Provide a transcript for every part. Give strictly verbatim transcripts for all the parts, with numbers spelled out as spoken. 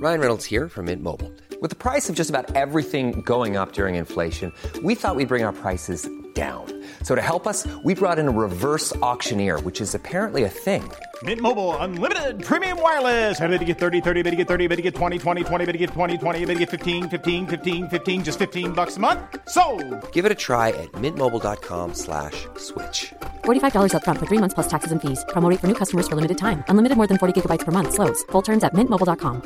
Ryan Reynolds here from Mint Mobile. With the price of just about everything going up during inflation, we thought we'd bring our prices down. So to help us, we brought in a reverse auctioneer, which is apparently a thing. Mint Mobile Unlimited Premium Wireless. How to get thirty, thirty, how to get thirty, how to get twenty, twenty, twenty, how to get twenty, twenty, how to get fifteen, fifteen, fifteen, fifteen, just fifteen bucks a month? Sold! Give it a try at mintmobile.com slash switch. forty-five dollars up front for three months plus taxes and fees. Promo rate for new customers for limited time. Unlimited more than forty gigabytes per month. Slows full terms at mint mobile dot com.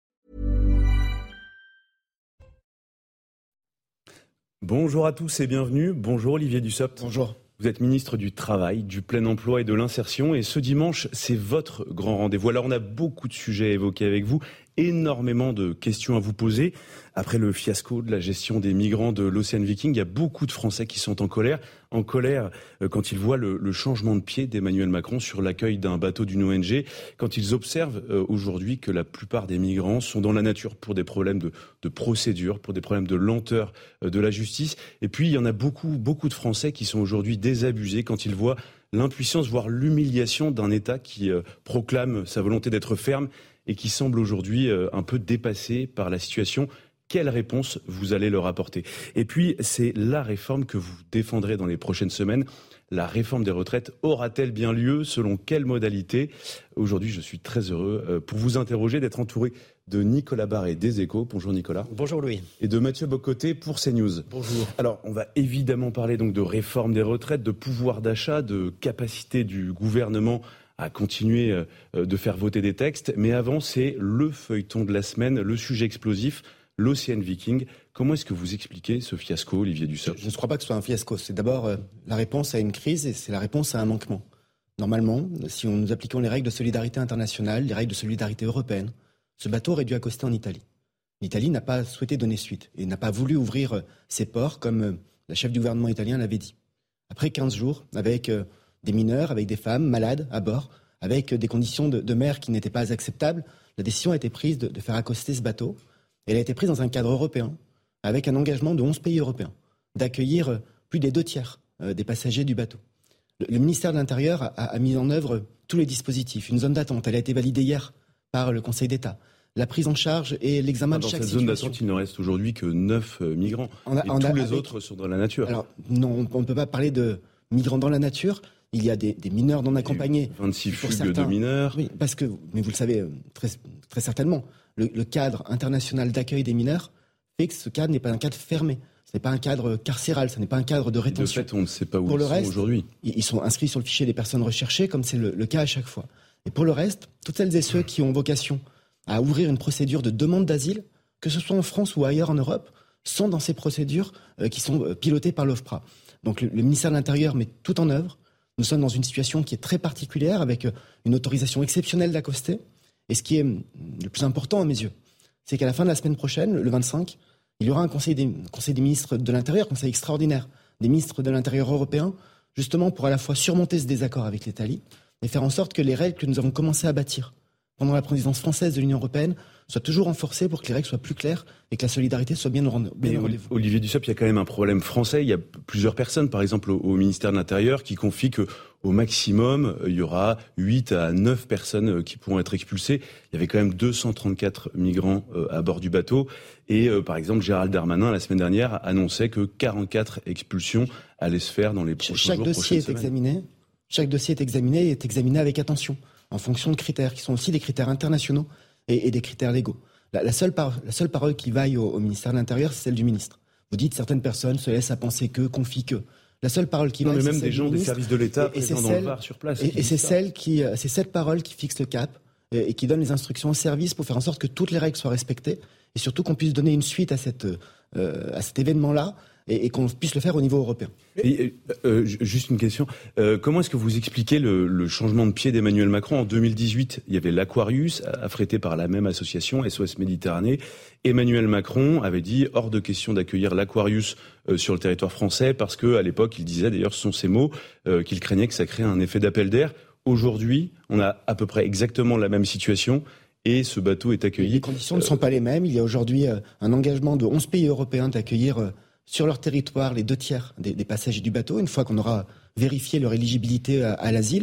Bonjour à tous et bienvenue. Bonjour Olivier Dussopt. Bonjour. Vous êtes ministre du Travail, du Plein Emploi et de l'Insertion et ce dimanche, c'est votre grand rendez-vous. Alors on a beaucoup de sujets à évoquer avec vous, énormément de questions à vous poser. Après le fiasco de la gestion des migrants de l'Ocean Viking, il y a beaucoup de Français qui sont en colère. En colère euh, quand ils voient le, le changement de pied d'Emmanuel Macron sur l'accueil d'un bateau d'une O N G, quand ils observent euh, aujourd'hui que la plupart des migrants sont dans la nature pour des problèmes de, de procédure, pour des problèmes de lenteur euh, de la justice. Et puis il y en a beaucoup, beaucoup de Français qui sont aujourd'hui désabusés quand ils voient l'impuissance, voire l'humiliation d'un État qui euh, proclame sa volonté d'être ferme et qui semble aujourd'hui euh, un peu dépassé par la situation. Quelle réponse vous allez leur apporter ? Et puis, c'est la réforme que vous défendrez dans les prochaines semaines. La réforme des retraites aura-t-elle bien lieu ? Selon quelles modalités ? Aujourd'hui, je suis très heureux euh, pour vous interroger, d'être entouré de Nicolas Barré des Échos. Bonjour Nicolas. Bonjour Louis. Et de Mathieu Bocoté pour CNews. Bonjour. Alors, on va évidemment parler donc de réforme des retraites, de pouvoir d'achat, de capacité du gouvernement à continuer de faire voter des textes. Mais avant, c'est le feuilleton de la semaine, le sujet explosif, l'Ocean Viking. Comment est-ce que vous expliquez ce fiasco, Olivier Dussopt ? Je ne crois pas que ce soit un fiasco. C'est d'abord euh, la réponse à une crise et c'est la réponse à un manquement. Normalement, si nous appliquons les règles de solidarité internationale, les règles de solidarité européenne, ce bateau aurait dû accoster en Italie. L'Italie n'a pas souhaité donner suite et n'a pas voulu ouvrir ses ports comme euh, la chef du gouvernement italien l'avait dit. Après quinze jours, avec euh, des mineurs, avec des femmes malades à bord, avec euh, des conditions de, de mer qui n'étaient pas acceptables, la décision a été prise de, de faire accoster ce bateau. Elle a été prise dans un cadre européen, avec un engagement de onze pays européens, d'accueillir euh, plus des deux tiers euh, des passagers du bateau. Le, le ministère de l'Intérieur a, a mis en œuvre tous les dispositifs. Une zone d'attente, elle a été validée hier par le Conseil d'État. La prise en charge et l'examen de chaque situation. Dans cette zone d'attente, il ne reste aujourd'hui que neuf euh, migrants. On a, et on tous a, les avec... autres sont dans la nature. Alors, non, on ne peut pas parler de migrants dans la nature. Il y a des, des mineurs non accompagnés. vingt-six fugues certains, de mineurs. Oui, parce que, mais vous le savez très, très certainement, le, le cadre international d'accueil des mineurs fait que ce cadre n'est pas un cadre fermé. Ce n'est pas un cadre carcéral, ce n'est pas un cadre de rétention. De fait, on ne sait pas où pour ils le sont reste, aujourd'hui. Ils sont inscrits sur le fichier des personnes recherchées, comme c'est le, le cas à chaque fois. Et pour le reste, toutes celles et ceux qui ont vocation à ouvrir une procédure de demande d'asile, que ce soit en France ou ailleurs en Europe, sont dans ces procédures euh, qui sont euh, pilotées par l'O F P R A. Donc le, le ministère de l'Intérieur met tout en œuvre. Nous sommes dans une situation qui est très particulière, avec euh, une autorisation exceptionnelle d'accoster. Et ce qui est le plus important à mes yeux, c'est qu'à la fin de la semaine prochaine, le vingt-cinq, il y aura un conseil des, conseil des ministres de l'Intérieur, conseil extraordinaire des ministres de l'Intérieur européens, justement pour à la fois surmonter ce désaccord avec l'Italie et faire en sorte que les règles que nous avons commencé à bâtir pendant la présidence française de l'Union européenne soient toujours renforcées pour que les règles soient plus claires et que la solidarité soit bien au rendez-vous. Olivier Dussopt, il y a quand même un problème français. Il y a plusieurs personnes, par exemple au, au ministère de l'Intérieur, qui confient qu'au maximum, il y aura huit à neuf personnes qui pourront être expulsées. Il y avait quand même deux cent trente-quatre migrants à bord du bateau. Et euh, par exemple, Gérald Darmanin, la semaine dernière, annonçait que quarante-quatre expulsions allaient se faire dans les prochains chaque jours, dossier prochaines est semaines. examiné. Chaque dossier est examiné et est examiné avec attention, en fonction de critères qui sont aussi des critères internationaux et, et des critères légaux. La, la, seule par, la seule parole qui vaille au, au ministère de l'Intérieur, c'est celle du ministre. Vous dites certaines personnes se laissent à penser que, confient que. La seule parole qui non, vaille, mais c'est même celle des gens du des services de l'État et, et présents c'est dans celle, le Var sur place. Et, et c'est celle qui, c'est cette parole qui fixe le cap et, et qui donne les instructions au service pour faire en sorte que toutes les règles soient respectées et surtout qu'on puisse donner une suite à cette, euh, à cet événement-là. Et, et qu'on puisse le faire au niveau européen. Et, euh, juste une question. Euh, comment est-ce que vous expliquez le, le changement de pied d'Emmanuel Macron ? En deux mille dix-huit, il y avait l'Aquarius, affrété par la même association, S O S Méditerranée. Emmanuel Macron avait dit hors de question d'accueillir l'Aquarius euh, sur le territoire français parce qu'à l'époque, il disait, d'ailleurs, ce sont ces mots, euh, qu'il craignait que ça crée un effet d'appel d'air. Aujourd'hui, on a à peu près exactement la même situation. Et ce bateau est accueilli. Les conditions euh, ne sont pas les mêmes. Il y a aujourd'hui euh, un engagement de onze pays européens d'accueillir euh, sur leur territoire les deux tiers des, des passagers du bateau, une fois qu'on aura vérifié leur éligibilité à, à l'asile.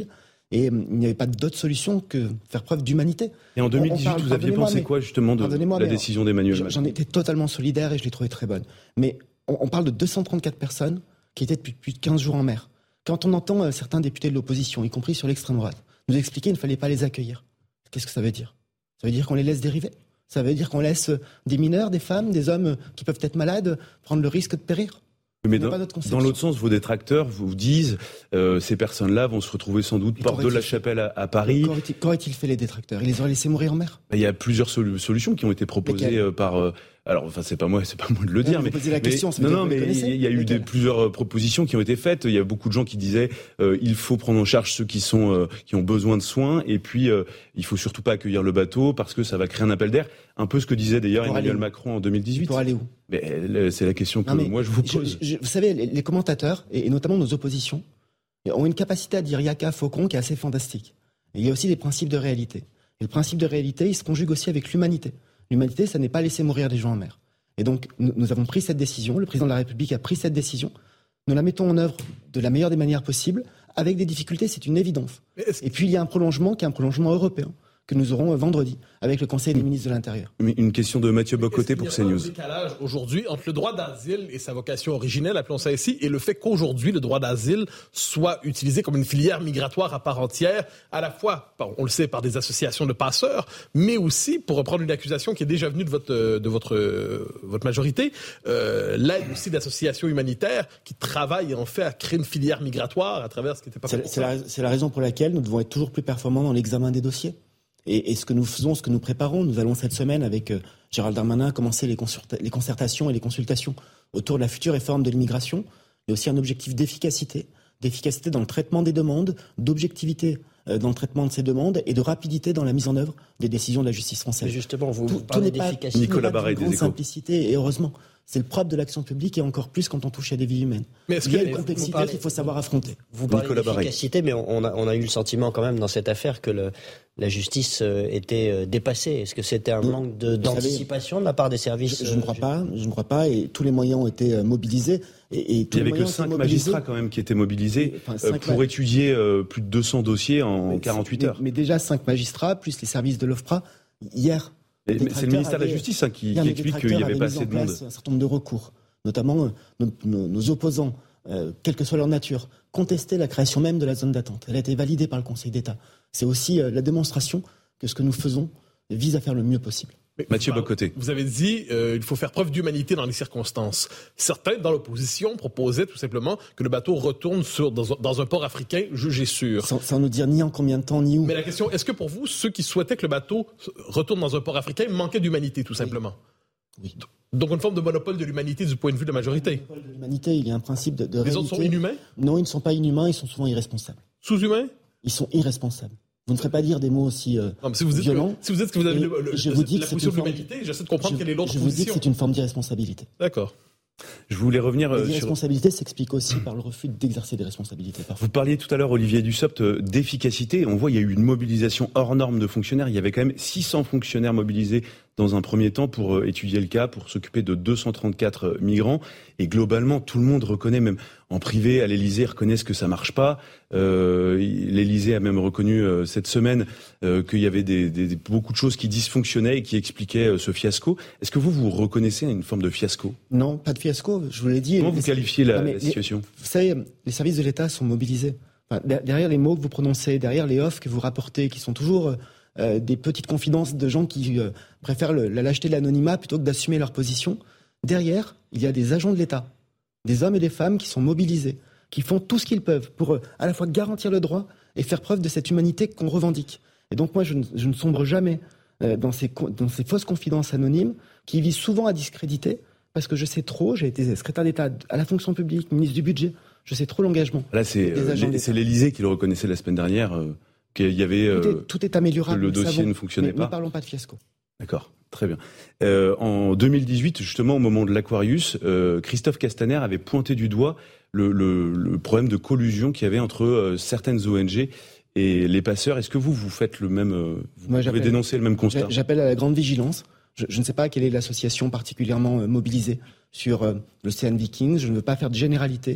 Et euh, il n'y avait pas d'autre solution que faire preuve d'humanité. Et en deux mille dix-huit, parle, vous aviez pensé quoi justement de la décision d'Emmanuel Macron ? J'en étais totalement solidaire et je l'ai trouvée très bonne. Mais on, on parle de deux cent trente-quatre personnes qui étaient depuis plus de quinze jours en mer. Quand on entend euh, certains députés de l'opposition, y compris sur l'extrême droite, nous expliquer qu'il ne fallait pas les accueillir, qu'est-ce que ça veut dire ? Ça veut dire qu'on les laisse dériver ? Ça veut dire qu'on laisse des mineurs, des femmes, des hommes qui peuvent être malades prendre le risque de périr ? Mais dans, dans l'autre sens, vos détracteurs vous disent euh, ces personnes-là vont se retrouver sans doute porte de la Chapelle à, à Paris. Qu'auraient-ils, qu'auraient-ils fait les détracteurs ? Ils les auraient laissés mourir en mer ? Il y a plusieurs sol- solutions qui ont été proposées euh, par. Euh, alors, enfin, c'est pas moi, c'est pas moi de le dire, non, mais, vous posez la question, mais non, non, mais il y a eu des, Lesquelles plusieurs propositions qui ont été faites. Il y a beaucoup de gens qui disaient euh, il faut prendre en charge ceux qui sont euh, qui ont besoin de soins, et puis euh, il faut surtout pas accueillir le bateau parce que ça va créer un appel d'air. Un peu ce que disait d'ailleurs Emmanuel Macron en deux mille dix-huit. Pour aller où ? Mais c'est la question que non, moi je vous pose. Je, je, vous savez, les, les commentateurs et, et notamment nos oppositions ont une capacité à dire yaka, faucon qui est assez fantastique. Et il y a aussi des principes de réalité. Et le principe de réalité, il se conjugue aussi avec l'humanité. L'humanité, ça n'est pas laisser mourir des gens en mer. Et donc, nous, nous avons pris cette décision, le président de la République a pris cette décision, nous la mettons en œuvre de la meilleure des manières possibles, avec des difficultés, c'est une évidence. Et puis, il y a un prolongement qui est un prolongement européen, que nous aurons vendredi, avec le Conseil des ministres de l'Intérieur. Une question de Mathieu Bocoté pour CNews. Est-ce qu'il y a un décalage aujourd'hui entre le droit d'asile et sa vocation originelle, appelons ça ici, et le fait qu'aujourd'hui, le droit d'asile soit utilisé comme une filière migratoire à part entière, à la fois, on le sait, par des associations de passeurs, mais aussi, pour reprendre une accusation qui est déjà venue de votre, de votre, votre majorité, euh, l'aide aussi d'associations humanitaires qui travaillent en fait à créer une filière migratoire à travers ce qui n'était pas fait. C'est, c'est, la, c'est la raison pour laquelle nous devons être toujours plus performants dans l'examen des dossiers. Et, et ce que nous faisons, ce que nous préparons, nous allons cette semaine avec euh, Gérald Darmanin commencer les, consulta- les concertations et les consultations autour de la future réforme de l'immigration. Il y a aussi un objectif d'efficacité, d'efficacité dans le traitement des demandes, d'objectivité euh, dans le traitement de ces demandes et de rapidité dans la mise en œuvre des décisions de la justice française. Mais justement, vous, tout, vous parlez tout n'est d'efficacité. Pas, Nicolas Barret, des Échos. Simplicité et heureusement, c'est le propre de l'action publique et encore plus quand on touche à des vies humaines. Mais est-ce Il y a que une complexité parlez, qu'il faut savoir affronter. Vous parlez Nicolas d'efficacité, mais on a, on a eu le sentiment quand même dans cette affaire que le, la justice était dépassée. Est-ce que c'était un manque de, d'anticipation de la part des services ? Je, je ne crois pas, je ne crois pas, et tous les moyens ont été mobilisés. Et, et tous il n'y les avait que cinq magistrats quand même qui étaient mobilisés enfin, euh, pour ma... étudier euh, plus de deux cents dossiers en mais quarante-huit heures. Mais, mais déjà cinq magistrats, plus les services de l'OFPRA, hier... Mais, mais c'est le ministère de la Justice hein, qui, qui explique qu'il n'y avait pas assez de monde. Un certain nombre de recours, notamment euh, nos, nos, nos opposants, euh, quelle que soit leur nature, contestaient la création même de la zone d'attente. Elle a été validée par le Conseil d'État. C'est aussi euh, la démonstration que ce que nous faisons vise à faire le mieux possible. Mais Mathieu Bocoté. Vous avez dit euh, il faut faire preuve d'humanité dans les circonstances. Certains, dans l'opposition, proposaient tout simplement que le bateau retourne sur, dans, dans un port africain jugé sûr. Sans, sans nous dire ni en combien de temps, ni où. Mais la question, est-ce que pour vous, ceux qui souhaitaient que le bateau retourne dans un port africain manquaient d'humanité, tout simplement ? Oui. oui. Donc une forme de monopole de l'humanité du point de vue de la majorité. Le monopole de l'humanité, il y a un principe de, de Les réalité. autres sont inhumains ? Non, ils ne sont pas inhumains, ils sont souvent irresponsables. Sous-humains ? Ils sont irresponsables. Vous ne ferez pas dire des mots aussi euh, non, mais si vous dites violents. Que, si vous dites que vous avez le, le, je vous dis la que position de forme... l'humanité, j'essaie de comprendre je, quelle est l'autre je position. Je vous dis que c'est une forme d'irresponsabilité. D'accord. Je voulais revenir euh, sur... L'irresponsabilité s'explique aussi par le refus d'exercer des responsabilités. Parfois. Vous parliez tout à l'heure, Olivier Dussopt, d'efficacité. On voit il y a eu une mobilisation hors norme de fonctionnaires. Il y avait quand même six cents fonctionnaires mobilisés dans un premier temps pour étudier le cas, pour s'occuper de deux cent trente-quatre migrants. Et globalement, tout le monde reconnaît, même en privé, à l'Élysée, reconnaissent que ça marche pas. Euh, L'Élysée a même reconnu euh, cette semaine euh, qu'il y avait des, des, beaucoup de choses qui dysfonctionnaient et qui expliquaient euh, ce fiasco. Est-ce que vous, vous reconnaissez une forme de fiasco ? Non, pas de fiasco, je vous l'ai dit. Comment vous qualifiez la, non, la situation ? les, Vous savez, les services de l'État sont mobilisés. Enfin, derrière les mots que vous prononcez, derrière les offres que vous rapportez, qui sont toujours euh, des petites confidences de gens qui euh, préfèrent le, la lâcheté de l'anonymat plutôt que d'assumer leur position, derrière, il y a des agents de l'État, des hommes et des femmes qui sont mobilisés, qui font tout ce qu'ils peuvent pour euh, à la fois garantir le droit et faire preuve de cette humanité qu'on revendique. Et donc moi, je ne, je ne sombre jamais euh, dans, ces, dans ces fausses confidences anonymes qui visent souvent à discréditer, parce que je sais trop, j'ai été secrétaire d'État à la fonction publique, ministre du budget, je sais trop l'engagement. Là, c'est, euh, c'est l'Élysée qui le reconnaissait la semaine dernière, euh, qu'il y avait... Euh, tout, est, tout est améliorable, que le dossier savons, ne fonctionnait mais pas. Ne parlons pas de fiasco. D'accord, très bien. Euh, en deux mille dix-huit, justement, au moment de l'Aquarius, euh, Christophe Castaner avait pointé du doigt le, le, le problème de collusion qu'il y avait entre euh, certaines O N G et les passeurs. Est-ce que vous, vous faites le même... Euh, vous Moi, pouvez dénoncer le même constat ? J'appelle à la grande vigilance. Je, je ne sais pas quelle est l'association particulièrement euh, mobilisée sur euh, l'Océan Viking. Je ne veux pas faire de généralité.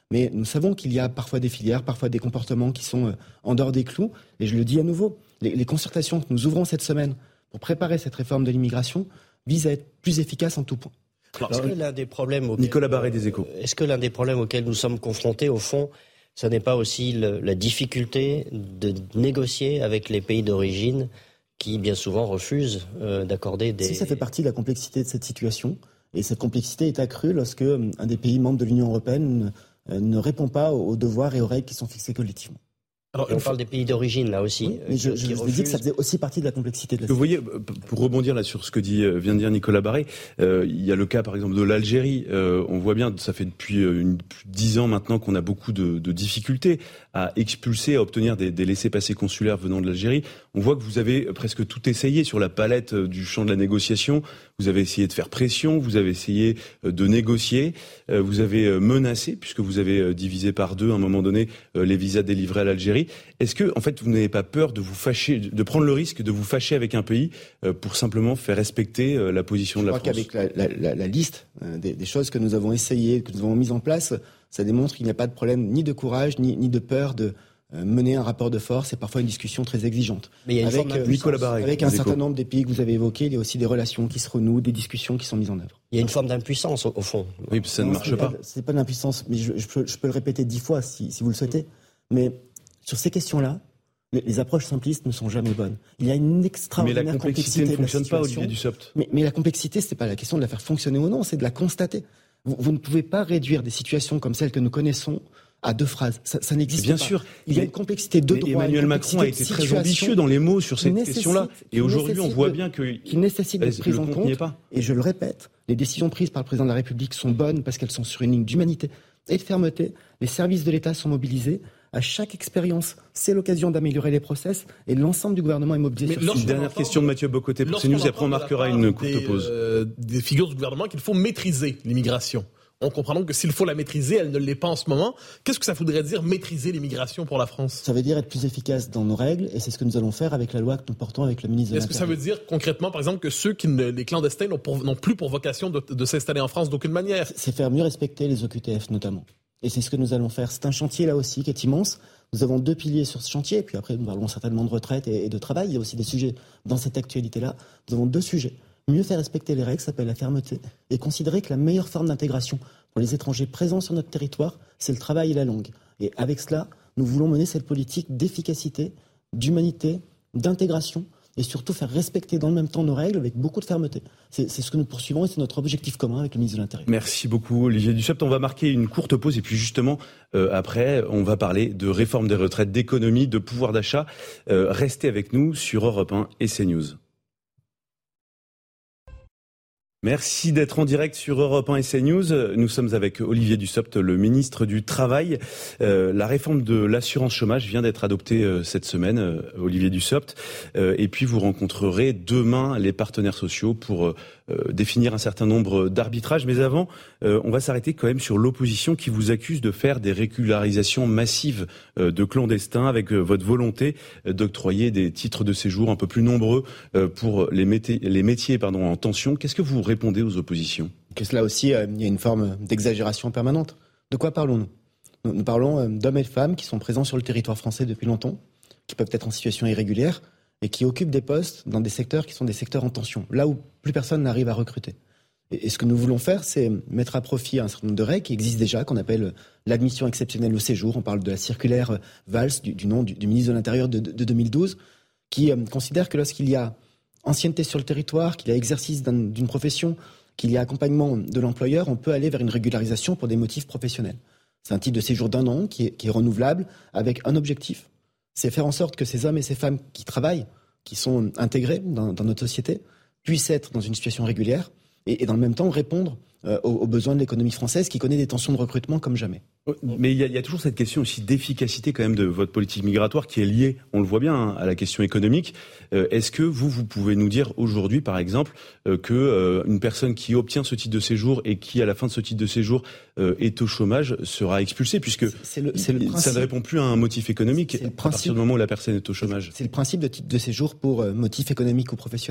Mais nous savons qu'il y a parfois des filières, parfois des comportements qui sont en dehors des clous. Et je le dis à nouveau, les, les concertations que nous ouvrons cette semaine pour préparer cette réforme de l'immigration visent à être plus efficaces en tout point. Alors, est-ce que l'un des problèmes auxquels, Nicolas Barré des Échos. Est-ce que l'un des problèmes auxquels nous sommes confrontés, au fond, ce n'est pas aussi le, la difficulté de négocier avec les pays d'origine qui, bien souvent, refusent euh, d'accorder des... Si, ça fait partie de la complexité de cette situation. Et cette complexité est accrue lorsque un des pays membres de l'Union européenne ne, ne répond pas aux devoirs et aux règles qui sont fixées collectivement. Alors, on parle des pays d'origine, là aussi. Oui, mais je, je, je vous ai dit que ça faisait aussi partie de la complexité de la situation. Vous voyez, pour rebondir là sur ce que dit, vient de dire Nicolas Barré, euh, il y a le cas par exemple de l'Algérie. Euh, on voit bien, ça fait depuis une, plus de dix ans maintenant qu'on a beaucoup de, de difficultés à expulser, à obtenir des, des laissez-passer consulaires venant de l'Algérie. On voit que vous avez presque tout essayé sur la palette du champ de la négociation. Vous avez essayé de faire pression, vous avez essayé de négocier, vous avez menacé, puisque vous avez divisé par deux à un moment donné les visas délivrés à l'Algérie. Est-ce que, en fait, vous n'avez pas peur de vous fâcher, de prendre le risque de vous fâcher avec un pays pour simplement faire respecter la position de la France ? Je crois qu'avec la, la, la liste des, des choses que nous avons essayées, que nous avons mises en place, ça démontre qu'il n'y a pas de problème ni de courage, ni, ni de peur de mener un rapport de force et parfois une discussion très exigeante. Mais il y a une avec forme Nicolas Barré, avec un certain nombre des pays que vous avez évoqués, il y a aussi des relations qui se renouent, des discussions qui sont mises en œuvre. Il y a une forme d'impuissance au, au fond. Oui, ça non, ne marche pas. pas. C'est pas de l'impuissance, mais je, je, peux, je peux le répéter dix fois si, si vous le souhaitez. Mais sur ces questions-là, les, les approches simplistes ne sont jamais bonnes. Il y a une extraordinaire complexité. Mais la complexité, complexité ne fonctionne pas, Olivier Dussopt. Mais, mais la complexité, c'est pas la question de la faire fonctionner ou non, c'est de la constater. Vous, vous ne pouvez pas réduire des situations comme celles que nous connaissons à deux phrases. Ça, ça n'existe bien pas. Sûr. Il y a une complexité de droit. Emmanuel Macron a été très ambitieux dans les mots sur cette question-là. Et aujourd'hui, on voit bien que qui nécessite d'être prise en compte. Et je le répète, les décisions prises par le président de la République sont bonnes parce qu'elles sont sur une ligne d'humanité et de fermeté. Les services de l'État sont mobilisés. À chaque expérience, c'est l'occasion d'améliorer les process et l'ensemble du gouvernement est mobilisé Mais sur une dernière question de Mathieu Bocoté pour CNews et après on marquera une courte des, pause. Euh, des figures du gouvernement qu'il faut maîtriser l'immigration. On comprend donc que s'il faut la maîtriser, elle ne l'est pas en ce moment. Qu'est-ce que ça voudrait dire maîtriser l'immigration pour la France ? Ça veut dire être plus efficace dans nos règles et c'est ce que nous allons faire avec la loi que nous portons avec le ministre de l'Intérieur. Est-ce que ça veut dire concrètement, par exemple, que ceux qui ne, les clandestins n'ont, pour, n'ont plus pour vocation de, de s'installer en France d'aucune manière ? C'est faire mieux respecter les O Q T F notamment. Et c'est ce que nous allons faire. C'est un chantier là aussi qui est immense. Nous avons deux piliers sur ce chantier, puis après nous parlons certainement de retraite et de travail. Il y a aussi des sujets dans cette actualité-là. Nous avons deux sujets. Mieux faire respecter les règles, ça s'appelle la fermeté, et considérer que la meilleure forme d'intégration pour les étrangers présents sur notre territoire, c'est le travail et la langue. Et avec cela, nous voulons mener cette politique d'efficacité, d'humanité, d'intégration, et surtout faire respecter dans le même temps nos règles avec beaucoup de fermeté. C'est, c'est ce que nous poursuivons et c'est notre objectif commun avec le ministre de l'Intérieur. Merci beaucoup Olivier Dussopt. On va marquer une courte pause et puis justement euh, après on va parler de réforme des retraites, d'économie, de pouvoir d'achat. Euh, restez avec nous sur Europe un et CNews. Merci d'être en direct sur Europe un et CNews. Nous sommes avec Olivier Dussopt, le ministre du Travail. Euh, la réforme de l'assurance chômage vient d'être adoptée euh, cette semaine, euh, Olivier Dussopt. Euh, et puis vous rencontrerez demain les partenaires sociaux pour euh, définir un certain nombre d'arbitrages. Mais avant, euh, on va s'arrêter quand même sur l'opposition qui vous accuse de faire des régularisations massives euh, de clandestins avec euh, votre volonté euh, d'octroyer des titres de séjour un peu plus nombreux euh, pour les, métiers, les métiers pardon, en tension. Qu'est-ce que vous répondez aux oppositions ? Que cela aussi, euh, il y a une forme d'exagération permanente. De quoi parlons-nous ? Nous, nous parlons euh, d'hommes et de femmes qui sont présents sur le territoire français depuis longtemps, qui peuvent être en situation irrégulière et qui occupent des postes dans des secteurs qui sont des secteurs en tension, là où plus personne n'arrive à recruter. Et, et ce que nous voulons faire, c'est mettre à profit un certain nombre de règles qui existent déjà, qu'on appelle l'admission exceptionnelle au séjour. On parle de la circulaire Valls, du, du nom du, du ministre de l'Intérieur de, de, de deux mille douze, qui euh, considère que lorsqu'il y a ancienneté sur le territoire, qu'il y a exercice d'un, d'une profession, qu'il y a accompagnement de l'employeur, on peut aller vers une régularisation pour des motifs professionnels. C'est un titre de séjour d'un an qui est, qui est renouvelable avec un objectif. C'est faire en sorte que ces hommes et ces femmes qui travaillent, qui sont intégrés dans, dans notre société, puissent être dans une situation régulière et, et dans le même temps répondre euh, aux, aux besoins de l'économie française qui connaît des tensions de recrutement comme jamais. Mais il y, a, il y a toujours cette question aussi d'efficacité quand même de votre politique migratoire qui est liée, on le voit bien, hein, à la question économique. Euh, est-ce que vous, vous pouvez nous dire aujourd'hui, par exemple, euh, que euh, une personne qui obtient ce titre de séjour et qui, à la fin de ce titre de séjour, euh, est au chômage, sera expulsée, puisque c'est le, c'est le principe, ça ne répond plus à un motif économique à partir du moment où la personne est au chômage. C'est, c'est le principe de titre de séjour pour euh, motif économique ou professionnel.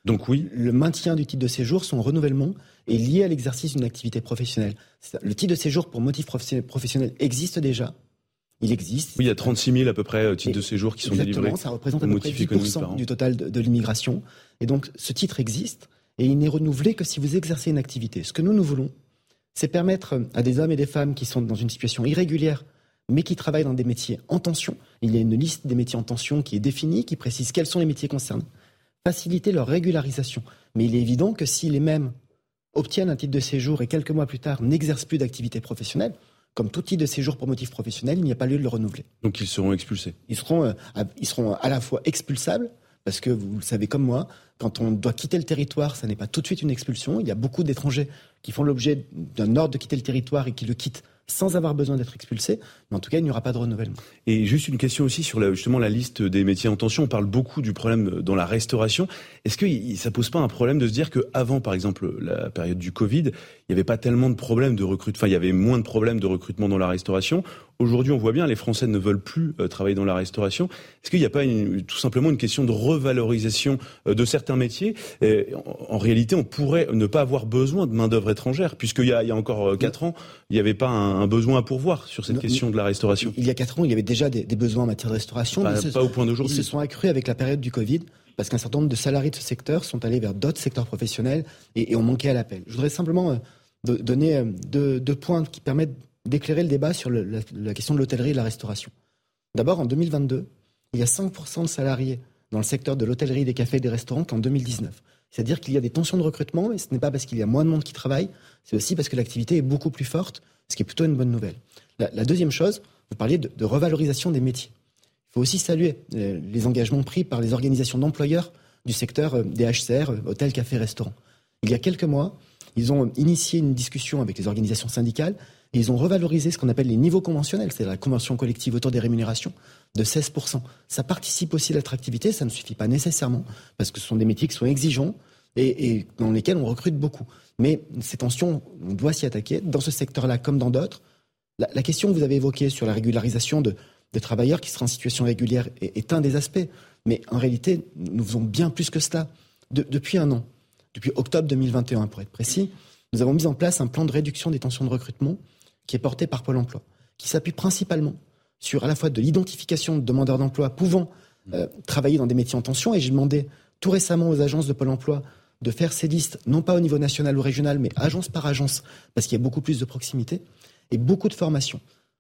Donc oui. Le maintien du titre de séjour, son renouvellement, est lié à l'exercice d'une activité professionnelle. Le titre de séjour pour motif professionnel existe déjà. Il existe. Oui, il y a trente-six mille à peu près titres de séjour qui sont exactement, délivrés. Ça représente à peu près dix pour cent du total de, de l'immigration. Et donc, ce titre existe et il n'est renouvelé que si vous exercez une activité. Ce que nous, nous voulons, c'est permettre à des hommes et des femmes qui sont dans une situation irrégulière, mais qui travaillent dans des métiers en tension. Il y a une liste des métiers en tension qui est définie, qui précise quels sont les métiers concernés. Faciliter leur régularisation. Mais il est évident que si les mêmes obtiennent un titre de séjour et quelques mois plus tard n'exercent plus d'activité professionnelle, comme tout titre de séjour pour motif professionnel, il n'y a pas lieu de le renouveler. Donc ils seront expulsés. Ils seront, euh, à, ils seront à la fois expulsables, parce que vous le savez comme moi, quand on doit quitter le territoire, ça n'est pas tout de suite une expulsion. Il y a beaucoup d'étrangers qui font l'objet d'un ordre de quitter le territoire et qui le quittent sans avoir besoin d'être expulsés. Mais en tout cas, il n'y aura pas de renouvellement. Et juste une question aussi sur la, justement la liste des métiers en tension. On parle beaucoup du problème dans la restauration. Est-ce que ça pose pas un problème de se dire qu'avant, par exemple, la période du Covid, il n'y avait pas tellement de problèmes de recrutement, enfin, il y avait moins de problèmes de recrutement dans la restauration. Aujourd'hui, on voit bien, les Français ne veulent plus euh, travailler dans la restauration. Est-ce qu'il n'y a pas une, tout simplement une question de revalorisation euh, de certains métiers ? Et en, en réalité, on pourrait ne pas avoir besoin de main-d'œuvre étrangère, puisqu'il y a, il y a encore quatre ans, il n'y avait pas un, un besoin à pourvoir sur cette non, question de la restauration. Il y a quatre ans, il y avait déjà des, des besoins en matière de restauration. Pas, mais pas se, au point d'aujourd'hui. Ils se sont accrus avec la période du Covid, parce qu'un certain nombre de salariés de ce secteur sont allés vers d'autres secteurs professionnels et, et ont manqué à l'appel. Je voudrais simplement euh, donner euh, deux, deux points qui permettent d'éclairer le débat sur le, la, la question de l'hôtellerie et de la restauration. D'abord, en deux mille vingt-deux, il y a cinq pour cent de salariés dans le secteur de l'hôtellerie, des cafés et des restaurants qu'en deux mille dix-neuf. C'est-à-dire qu'il y a des tensions de recrutement, et ce n'est pas parce qu'il y a moins de monde qui travaille, c'est aussi parce que l'activité est beaucoup plus forte, ce qui est plutôt une bonne nouvelle. La, la deuxième chose, vous parliez de, de revalorisation des métiers. Il faut aussi saluer euh, les engagements pris par les organisations d'employeurs du secteur euh, des H C R, euh, hôtels, cafés, restaurants. Il y a quelques mois, ils ont initié une discussion avec les organisations syndicales et ils ont revalorisé ce qu'on appelle les niveaux conventionnels, c'est la convention collective autour des rémunérations, de seize pour cent. Ça participe aussi à l'attractivité, ça ne suffit pas nécessairement, parce que ce sont des métiers qui sont exigeants et, et dans lesquels on recrute beaucoup. Mais ces tensions, on doit s'y attaquer, dans ce secteur-là comme dans d'autres. La, la question que vous avez évoquée sur la régularisation de, de travailleurs qui seraient en situation régulière est, est un des aspects. Mais en réalité, nous faisons bien plus que cela. De, depuis un an, depuis octobre deux mille vingt et un pour être précis, nous avons mis en place un plan de réduction des tensions de recrutement qui est porté par Pôle emploi, qui s'appuie principalement sur à la fois de l'identification de demandeurs d'emploi pouvant euh, travailler dans des métiers en tension. Et j'ai demandé tout récemment aux agences de Pôle emploi de faire ces listes, non pas au niveau national ou régional, mais agence par agence, parce qu'il y a beaucoup plus de proximité et beaucoup de formation.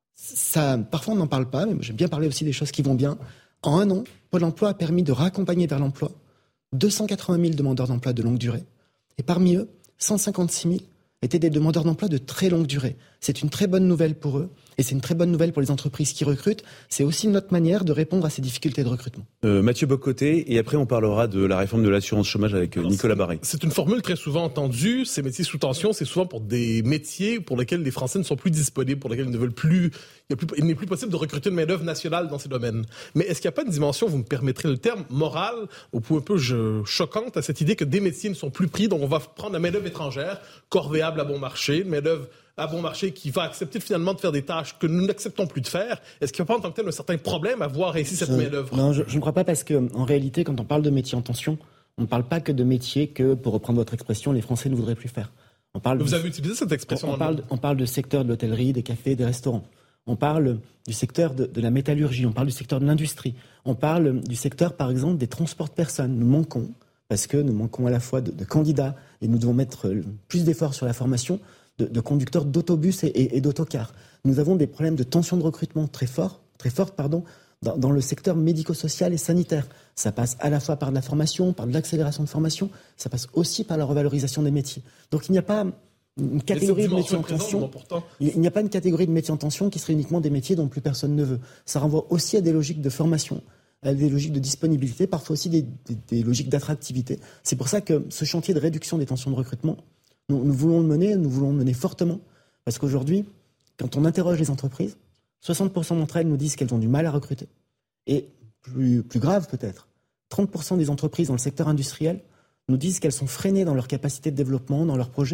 Ça, parfois on n'en parle pas, mais j'aime bien parler aussi des choses qui vont bien. En un an, Pôle emploi a permis de raccompagner vers l'emploi deux cent quatre-vingt mille demandeurs d'emploi de longue durée. Et parmi eux, cent cinquante-six mille étaient des demandeurs d'emploi de très longue durée. C'est une très bonne nouvelle pour eux et c'est une très bonne nouvelle pour les entreprises qui recrutent. C'est aussi notre manière de répondre à ces difficultés de recrutement. Euh, Mathieu Bock-Côté, et après on parlera de la réforme de l'assurance chômage avec Alors, Nicolas Barré. C'est une formule très souvent entendue. Ces métiers sous tension, c'est souvent pour des métiers pour lesquels les Français ne sont plus disponibles, pour lesquels ils ne veulent plus... Il, plus... il n'est plus possible de recruter une main-d'œuvre nationale dans ces domaines. Mais est-ce qu'il n'y a pas une dimension, vous me permettrez le terme, morale, ou un peu je... choquante à cette idée que des métiers ne sont plus pris, donc on va prendre la main-d'œuvre étrangère, corvéable à bon marché, une main-d'œuvre à bon marché qui va accepter finalement de faire des tâches que nous n'acceptons plus de faire. Est-ce qu'il n'y a pas en tant que tel un certain problème à voir ainsi cette main-d'œuvre ? Non, je, je ne crois pas, parce qu'en réalité, quand on parle de métiers en tension, on ne parle pas que de métiers que, pour reprendre votre expression, les Français ne voudraient plus faire. On parle Vous de, avez utilisé cette expression on, on, parle, on parle de secteur de l'hôtellerie, des cafés, des restaurants. On parle du secteur de, de la métallurgie, on parle du secteur de l'industrie. On parle du secteur, par exemple, des transports de personnes. Nous manquons, parce que nous manquons à la fois de, de candidats et nous devons mettre plus d'efforts sur la formation, De, de conducteurs d'autobus et, et, et d'autocars. Nous avons des problèmes de tension de recrutement très forts, très fortes, pardon, dans, dans le secteur médico-social et sanitaire. Ça passe à la fois par de la formation, par de l'accélération de formation, ça passe aussi par la revalorisation des métiers. Donc il n'y a pas une catégorie de métiers en tension. Il n'y a pas une catégorie de métiers en tension qui serait uniquement des métiers dont plus personne ne veut. Ça renvoie aussi à des logiques de formation, à des logiques de disponibilité, parfois aussi des, des, des logiques d'attractivité. C'est pour ça que ce chantier de réduction des tensions de recrutement, Nous, nous voulons le mener, nous voulons le mener fortement, parce qu'aujourd'hui, quand on interroge les entreprises, soixante pour cent d'entre elles nous disent qu'elles ont du mal à recruter. Et plus, plus grave peut-être, trente pour cent des entreprises dans le secteur industriel nous disent qu'elles sont freinées dans leur capacité de développement, dans leurs projets,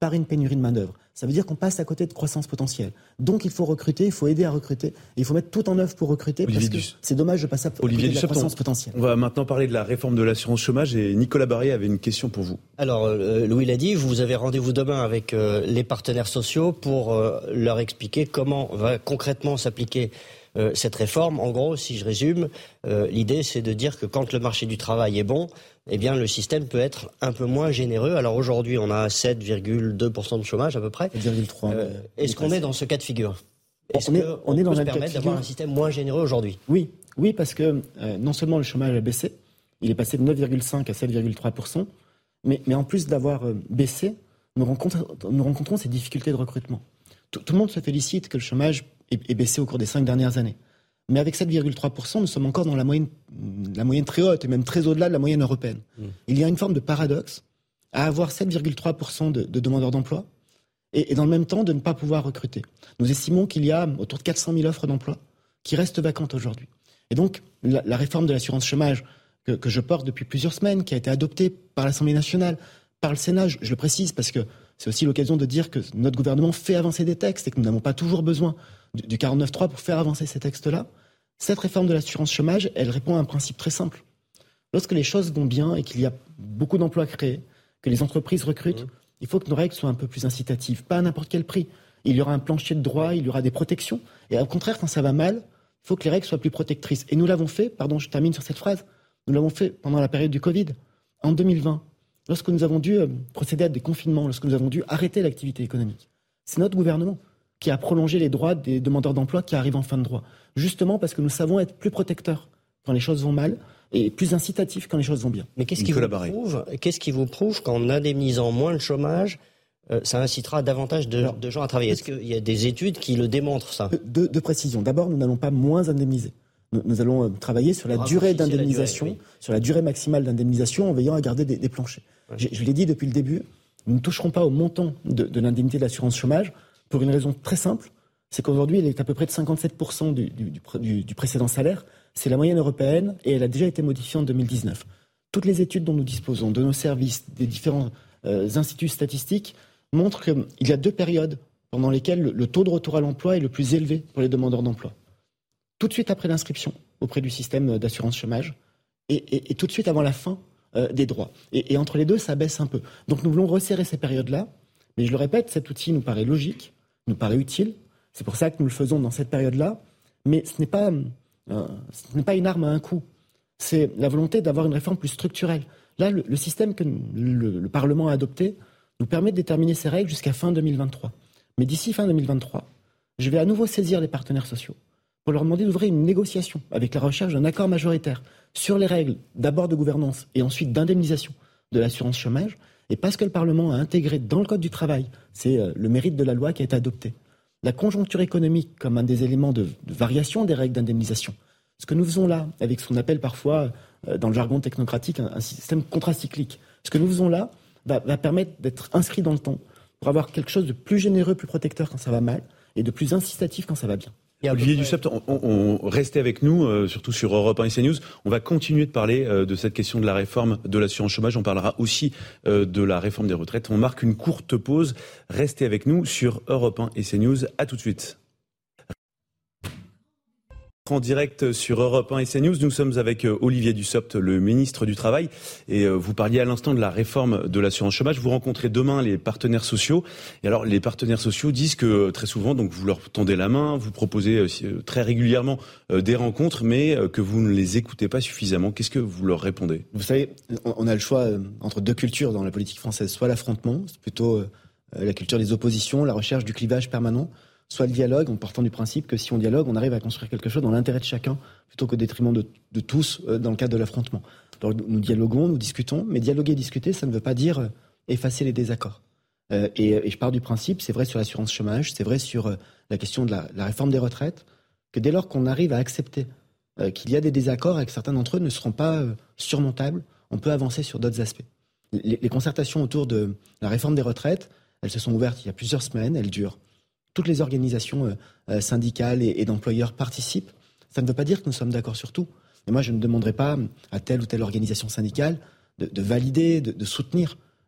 par une pénurie de main-d'œuvre. Ça veut dire qu'on passe à côté de croissance potentielle. Donc il faut recruter, il faut aider à recruter, et il faut mettre tout en œuvre pour recruter, Olivier parce que Duss... c'est dommage de passer à Olivier côté de la croissance on... potentielle. On va maintenant parler de la réforme de l'assurance chômage, et Nicolas Barré avait une question pour vous. Alors, euh, Louis l'a dit, vous avez rendez-vous demain avec euh, les partenaires sociaux pour euh, leur expliquer comment va concrètement s'appliquer Euh, cette réforme. En gros, si je résume, euh, l'idée c'est de dire que quand le marché du travail est bon, eh bien le système peut être un peu moins généreux. Alors aujourd'hui, on a sept virgule deux pour cent de chômage à peu près. sept virgule trois. Euh, est-ce qu'on est dans ce cas de figure ? Est-ce on est, qu'on on est peut dans se un permettre cas de d'avoir figure... un système moins généreux aujourd'hui ? Oui, oui, parce que euh, non seulement le chômage a baissé, il est passé de neuf virgule cinq à sept virgule trois pour cent, mais, mais en plus d'avoir euh, baissé, nous rencontrons, nous rencontrons ces difficultés de recrutement. Tout, tout le monde se félicite que le chômage ait, ait baissé au cours des cinq dernières années. Mais avec sept virgule trois pour cent, nous sommes encore dans la moyenne, la moyenne très haute, et même très au-delà de la moyenne européenne. Mmh. Il y a une forme de paradoxe à avoir sept virgule trois pour cent de, de demandeurs d'emploi, et, et dans le même temps de ne pas pouvoir recruter. Nous estimons qu'il y a autour de quatre cent mille offres d'emploi qui restent vacantes aujourd'hui. Et donc, la, la réforme de l'assurance chômage que, que je porte depuis plusieurs semaines, qui a été adoptée par l'Assemblée nationale, par le Sénat, je, je le précise parce que c'est aussi l'occasion de dire que notre gouvernement fait avancer des textes et que nous n'avons pas toujours besoin du, du quarante-neuf trois pour faire avancer ces textes-là. Cette réforme de l'assurance chômage, elle répond à un principe très simple. Lorsque les choses vont bien et qu'il y a beaucoup d'emplois créés, que les entreprises recrutent, mmh. il faut que nos règles soient un peu plus incitatives, pas à n'importe quel prix. Il y aura un plancher de droit, il y aura des protections. Et au contraire, quand ça va mal, il faut que les règles soient plus protectrices. Et nous l'avons fait, pardon, je termine sur cette phrase, nous l'avons fait pendant la période du Covid, en deux mille vingt, lorsque nous avons dû procéder à des confinements, lorsque nous avons dû arrêter l'activité économique. C'est notre gouvernement qui a prolongé les droits des demandeurs d'emploi qui arrivent en fin de droit. Justement parce que nous savons être plus protecteurs quand les choses vont mal et plus incitatifs quand les choses vont bien. Mais qu'est-ce qui, vous prouve, qu'est-ce qui vous prouve qu'en indemnisant moins le chômage, euh, ça incitera davantage de, Alors, de gens à travailler ? Est-ce qu'il y a des études qui le démontrent, ça ? de, de précision. D'abord, nous n'allons pas moins indemniser. Nous, nous allons euh, travailler sur la Bravo, durée d'indemnisation, la durée, oui. sur la durée maximale d'indemnisation en veillant à garder des, des planchers. Ouais. Je, je l'ai dit depuis le début, nous ne toucherons pas au montant de, de l'indemnité de l'assurance chômage pour une raison très simple, c'est qu'aujourd'hui, elle est à peu près de cinquante-sept pour cent du, du, du, du précédent salaire. C'est la moyenne européenne et elle a déjà été modifiée en deux mille dix-neuf. Toutes les études dont nous disposons, de nos services, des différents euh, instituts statistiques, montrent qu'il y a deux périodes pendant lesquelles le, le taux de retour à l'emploi est le plus élevé pour les demandeurs d'emploi. Tout de suite après l'inscription auprès du système d'assurance chômage et, et, et tout de suite avant la fin euh, des droits. Et, et entre les deux, ça baisse un peu. Donc nous voulons resserrer ces périodes-là, mais je le répète, cet outil nous paraît logique, nous paraît utile. C'est pour ça que nous le faisons dans cette période-là. Mais ce n'est pas, euh, ce n'est pas une arme à un coup. C'est la volonté d'avoir une réforme plus structurelle. Là, le, le système que le, le Parlement a adopté nous permet de déterminer ces règles jusqu'à fin deux mille vingt-trois. Mais d'ici fin deux mille vingt-trois, je vais à nouveau saisir les partenaires sociaux pour leur demander d'ouvrir une négociation avec la recherche d'un accord majoritaire sur les règles d'abord de gouvernance et ensuite d'indemnisation de l'assurance chômage. Et parce que le Parlement a intégré dans le Code du travail, c'est euh, le mérite de la loi qui a été adopté, la conjoncture économique comme un des éléments de, de variation des règles d'indemnisation. Ce que nous faisons là, avec ce qu'on appelle parfois, euh, dans le jargon technocratique, un, un système contracyclique, ce que nous faisons là va, va permettre d'être inscrit dans le temps pour avoir quelque chose de plus généreux, plus protecteur quand ça va mal et de plus incitatif quand ça va bien. Olivier Dussopt, on, on, on restez avec nous, euh, surtout sur Europe un et CNews. On va continuer de parler euh, de cette question de la réforme de l'assurance chômage. On parlera aussi euh, de la réforme des retraites. On marque une courte pause. Restez avec nous sur Europe un et CNews. À tout de suite. En direct sur Europe un et CNews, nous sommes avec Olivier Dussopt, le ministre du Travail, et vous parliez à l'instant de la réforme de l'assurance chômage. Vous rencontrez demain les partenaires sociaux, et alors les partenaires sociaux disent que très souvent, donc vous leur tendez la main, vous proposez très régulièrement des rencontres, mais que vous ne les écoutez pas suffisamment. Qu'est-ce que vous leur répondez ? Vous savez, on a le choix entre deux cultures dans la politique française, soit l'affrontement, c'est plutôt la culture des oppositions, la recherche du clivage permanent, soit le dialogue, en partant du principe que si on dialogue, on arrive à construire quelque chose dans l'intérêt de chacun, plutôt qu'au détriment de, de tous euh, dans le cadre de l'affrontement. Alors nous dialoguons, nous discutons, mais dialoguer et discuter, ça ne veut pas dire euh, effacer les désaccords. Euh, et, et je pars du principe, c'est vrai sur l'assurance chômage, c'est vrai sur euh, la question de la, la réforme des retraites, que dès lors qu'on arrive à accepter euh, qu'il y a des désaccords et que certains d'entre eux ne seront pas euh, surmontables, on peut avancer sur d'autres aspects. Les, les concertations autour de la réforme des retraites, elles se sont ouvertes il y a plusieurs semaines, elles durent. Toutes les organisations euh, syndicales et, et d'employeurs participent. Ça ne veut pas dire que nous sommes d'accord sur tout. Et moi, je ne demanderai pas à telle ou telle organisation syndicale de, de valider, de, de soutenir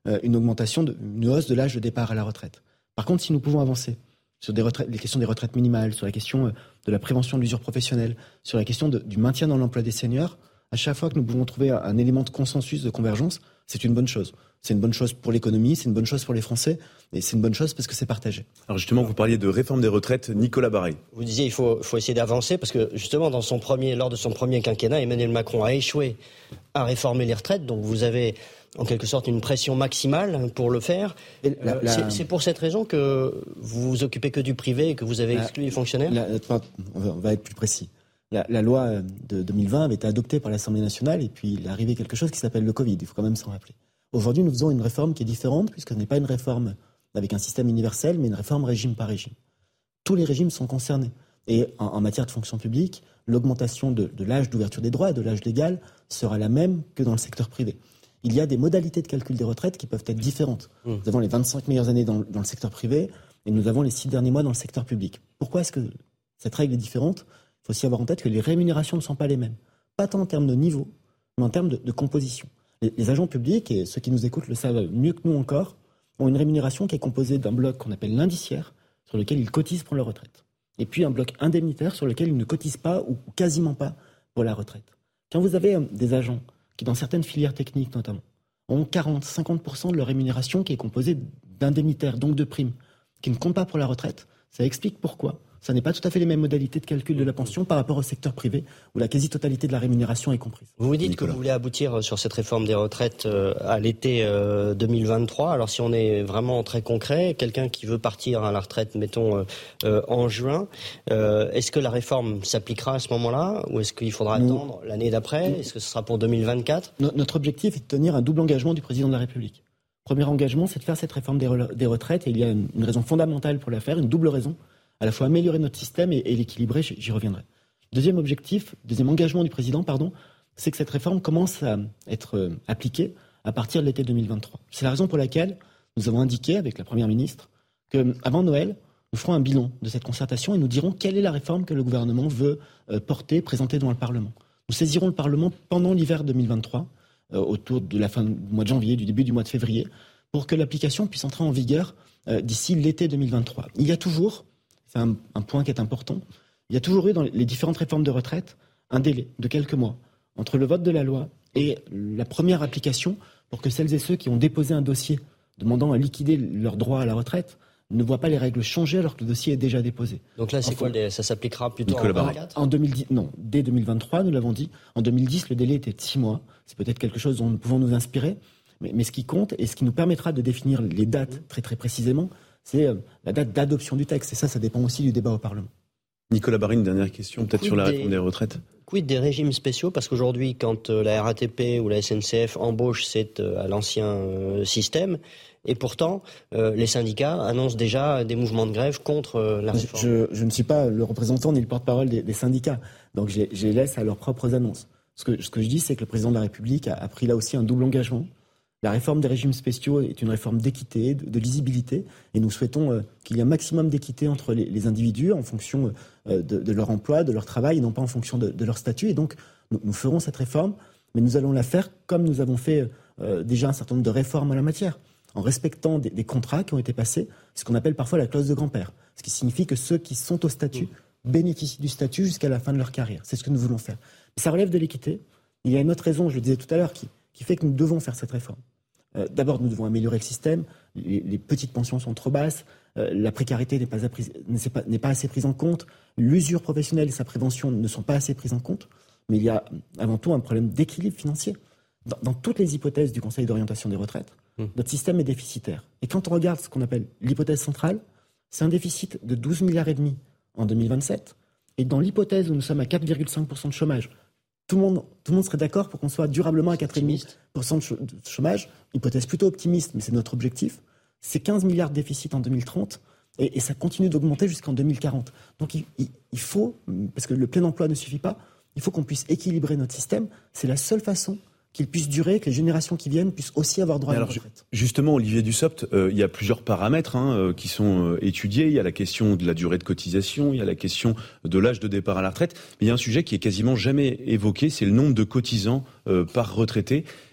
euh, une augmentation, de, une hausse de l'âge de départ à la retraite. Par contre, si nous pouvons avancer sur des retraites, les questions des retraites minimales, sur la question de la prévention de l'usure professionnelle, sur la question de, du maintien dans l'emploi des seniors, à chaque fois que nous pouvons trouver un, un élément de consensus, de convergence, c'est une bonne chose. C'est une bonne chose pour l'économie, c'est une bonne chose pour les Français, et c'est une bonne chose parce que c'est partagé. Alors justement, vous parliez de réforme des retraites, Nicolas Barré. Vous disiez il faut, faut essayer d'avancer parce que justement, dans son premier, lors de son premier quinquennat, Emmanuel Macron a échoué à réformer les retraites, donc vous avez en quelque sorte une pression maximale pour le faire. Et la, la... C'est, c'est pour cette raison que vous vous occupez que du privé et que vous avez exclu la, les fonctionnaires la, On va être plus précis. La, la loi de deux mille vingt avait été adoptée par l'Assemblée nationale et puis il est arrivé quelque chose qui s'appelle le Covid, il faut quand même s'en rappeler. Aujourd'hui, nous faisons une réforme qui est différente puisque ce n'est pas une réforme avec un système universel, mais une réforme régime par régime. Tous les régimes sont concernés. Et en, en matière de fonction publique, l'augmentation de, de l'âge d'ouverture des droits et de l'âge légal sera la même que dans le secteur privé. Il y a des modalités de calcul des retraites qui peuvent être différentes. Mmh. Nous avons les vingt-cinq meilleures années dans, dans le secteur privé et nous avons les six derniers mois dans le secteur public. Pourquoi est-ce que cette règle est différente ? Il faut aussi avoir en tête que les rémunérations ne sont pas les mêmes. Pas tant en termes de niveau, mais en termes de, de composition. Les, les agents publics, et ceux qui nous écoutent le savent mieux que nous encore, ont une rémunération qui est composée d'un bloc qu'on appelle l'indiciaire, sur lequel ils cotisent pour leur retraite. Et puis un bloc indemnitaire sur lequel ils ne cotisent pas ou quasiment pas pour la retraite. Quand vous avez des agents qui, dans certaines filières techniques notamment, ont quarante à cinquante pour cent de leur rémunération qui est composée d'indemnitaires, donc de primes, qui ne comptent pas pour la retraite, ça explique pourquoi ça n'est pas tout à fait les mêmes modalités de calcul de la pension par rapport au secteur privé, où la quasi-totalité de la rémunération est comprise. Vous vous dites Nicolas. Que vous voulez aboutir sur cette réforme des retraites à l'été deux mille vingt-trois. Alors si on est vraiment très concret, quelqu'un qui veut partir à la retraite, mettons, euh, en juin, euh, est-ce que la réforme s'appliquera à ce moment-là ou est-ce qu'il faudra Nous, attendre l'année d'après ? Est-ce que ce sera pour deux mille vingt-quatre ? Notre objectif est de tenir un double engagement du président de la République. Premier engagement, c'est de faire cette réforme des, re- des retraites et il y a une, une raison fondamentale pour la faire, une double raison. À la fois améliorer notre système et, et l'équilibrer, j'y reviendrai. Deuxième objectif, deuxième engagement du président, pardon, c'est que cette réforme commence à être euh, appliquée à partir de l'été deux mille vingt-trois. C'est la raison pour laquelle nous avons indiqué avec la Première ministre qu'avant Noël, nous ferons un bilan de cette concertation et nous dirons quelle est la réforme que le gouvernement veut euh, porter, présenter devant le Parlement. Nous saisirons le Parlement pendant l'hiver deux mille vingt-trois, euh, autour de la fin du mois de janvier, du début du mois de février, pour que l'application puisse entrer en vigueur euh, d'ici l'été deux mille vingt-trois. Il y a toujours... C'est un, un point qui est important. Il y a toujours eu dans les différentes réformes de retraite un délai de quelques mois entre le vote de la loi et la première application pour que celles et ceux qui ont déposé un dossier demandant à liquider leurs droits à la retraite ne voient pas les règles changer alors que le dossier est déjà déposé. Donc là, c'est enfin, quoi, ça s'appliquera plutôt en deux mille vingt-quatre ? En deux mille dix, non, dès deux mille vingt-trois, nous l'avons dit. En deux mille dix, le délai était de six mois. C'est peut-être quelque chose dont nous pouvons nous inspirer. Mais, mais ce qui compte et ce qui nous permettra de définir les dates très très précisément, c'est la date d'adoption du texte. Et ça, ça dépend aussi du débat au Parlement. Nicolas Barry, une dernière question, peut-être sur la réforme des retraites. Quid des régimes spéciaux ? Parce qu'aujourd'hui, quand la R A T P ou la S N C F embauche, c'est à l'ancien système. Et pourtant, euh, les syndicats annoncent déjà des mouvements de grève contre euh, la réforme. Je, je ne suis pas le représentant ni le porte-parole des, des syndicats. Donc je, je les laisse à leurs propres annonces. Ce que, ce que je dis, c'est que le président de la République a, a pris là aussi un double engagement. La réforme des régimes spéciaux est une réforme d'équité, de, de lisibilité, et nous souhaitons euh, qu'il y ait un maximum d'équité entre les, les individus en fonction euh, de, de leur emploi, de leur travail, et non pas en fonction de, de leur statut. Et donc, nous, nous ferons cette réforme, mais nous allons la faire comme nous avons fait euh, déjà un certain nombre de réformes en la matière, en respectant des, des contrats qui ont été passés, ce qu'on appelle parfois la clause de grand-père, ce qui signifie que ceux qui sont au statut bénéficient du statut jusqu'à la fin de leur carrière. C'est ce que nous voulons faire. Mais ça relève de l'équité. Il y a une autre raison, je le disais tout à l'heure, qui, qui fait que nous devons faire cette réforme. Euh, d'abord, nous devons améliorer le système. Les, les petites pensions sont trop basses. Euh, la précarité n'est pas, appris, n'est, pas, n'est pas assez prise en compte. L'usure professionnelle et sa prévention ne sont pas assez prises en compte. Mais il y a avant tout un problème d'équilibre financier. Dans, dans toutes les hypothèses du Conseil d'orientation des retraites, mmh. notre système est déficitaire. Et quand on regarde ce qu'on appelle l'hypothèse centrale, c'est un déficit de douze milliards et demi en deux mille vingt-sept. Et dans l'hypothèse où nous sommes à quatre virgule cinq pour cent de chômage, Tout le, monde, tout le monde serait d'accord pour qu'on soit durablement à quatre virgule cinq pour cent de chômage. Hypothèse plutôt optimiste, mais c'est notre objectif. C'est quinze milliards de déficit en deux mille trente et, et ça continue d'augmenter jusqu'en deux mille quarante. Donc il, il, il faut, parce que le plein emploi ne suffit pas, il faut qu'on puisse équilibrer notre système. C'est la seule façon qu'il puisse durer, que les générations qui viennent puissent aussi avoir droit à la retraite. Justement, Olivier Dussopt, euh, il y a plusieurs paramètres hein, euh, qui sont euh, étudiés. Il y a la question de la durée de cotisation, il y a la question de l'âge de départ à la retraite. Mais il y a un sujet qui est quasiment jamais évoqué, c'est le nombre de cotisants euh, par retraité.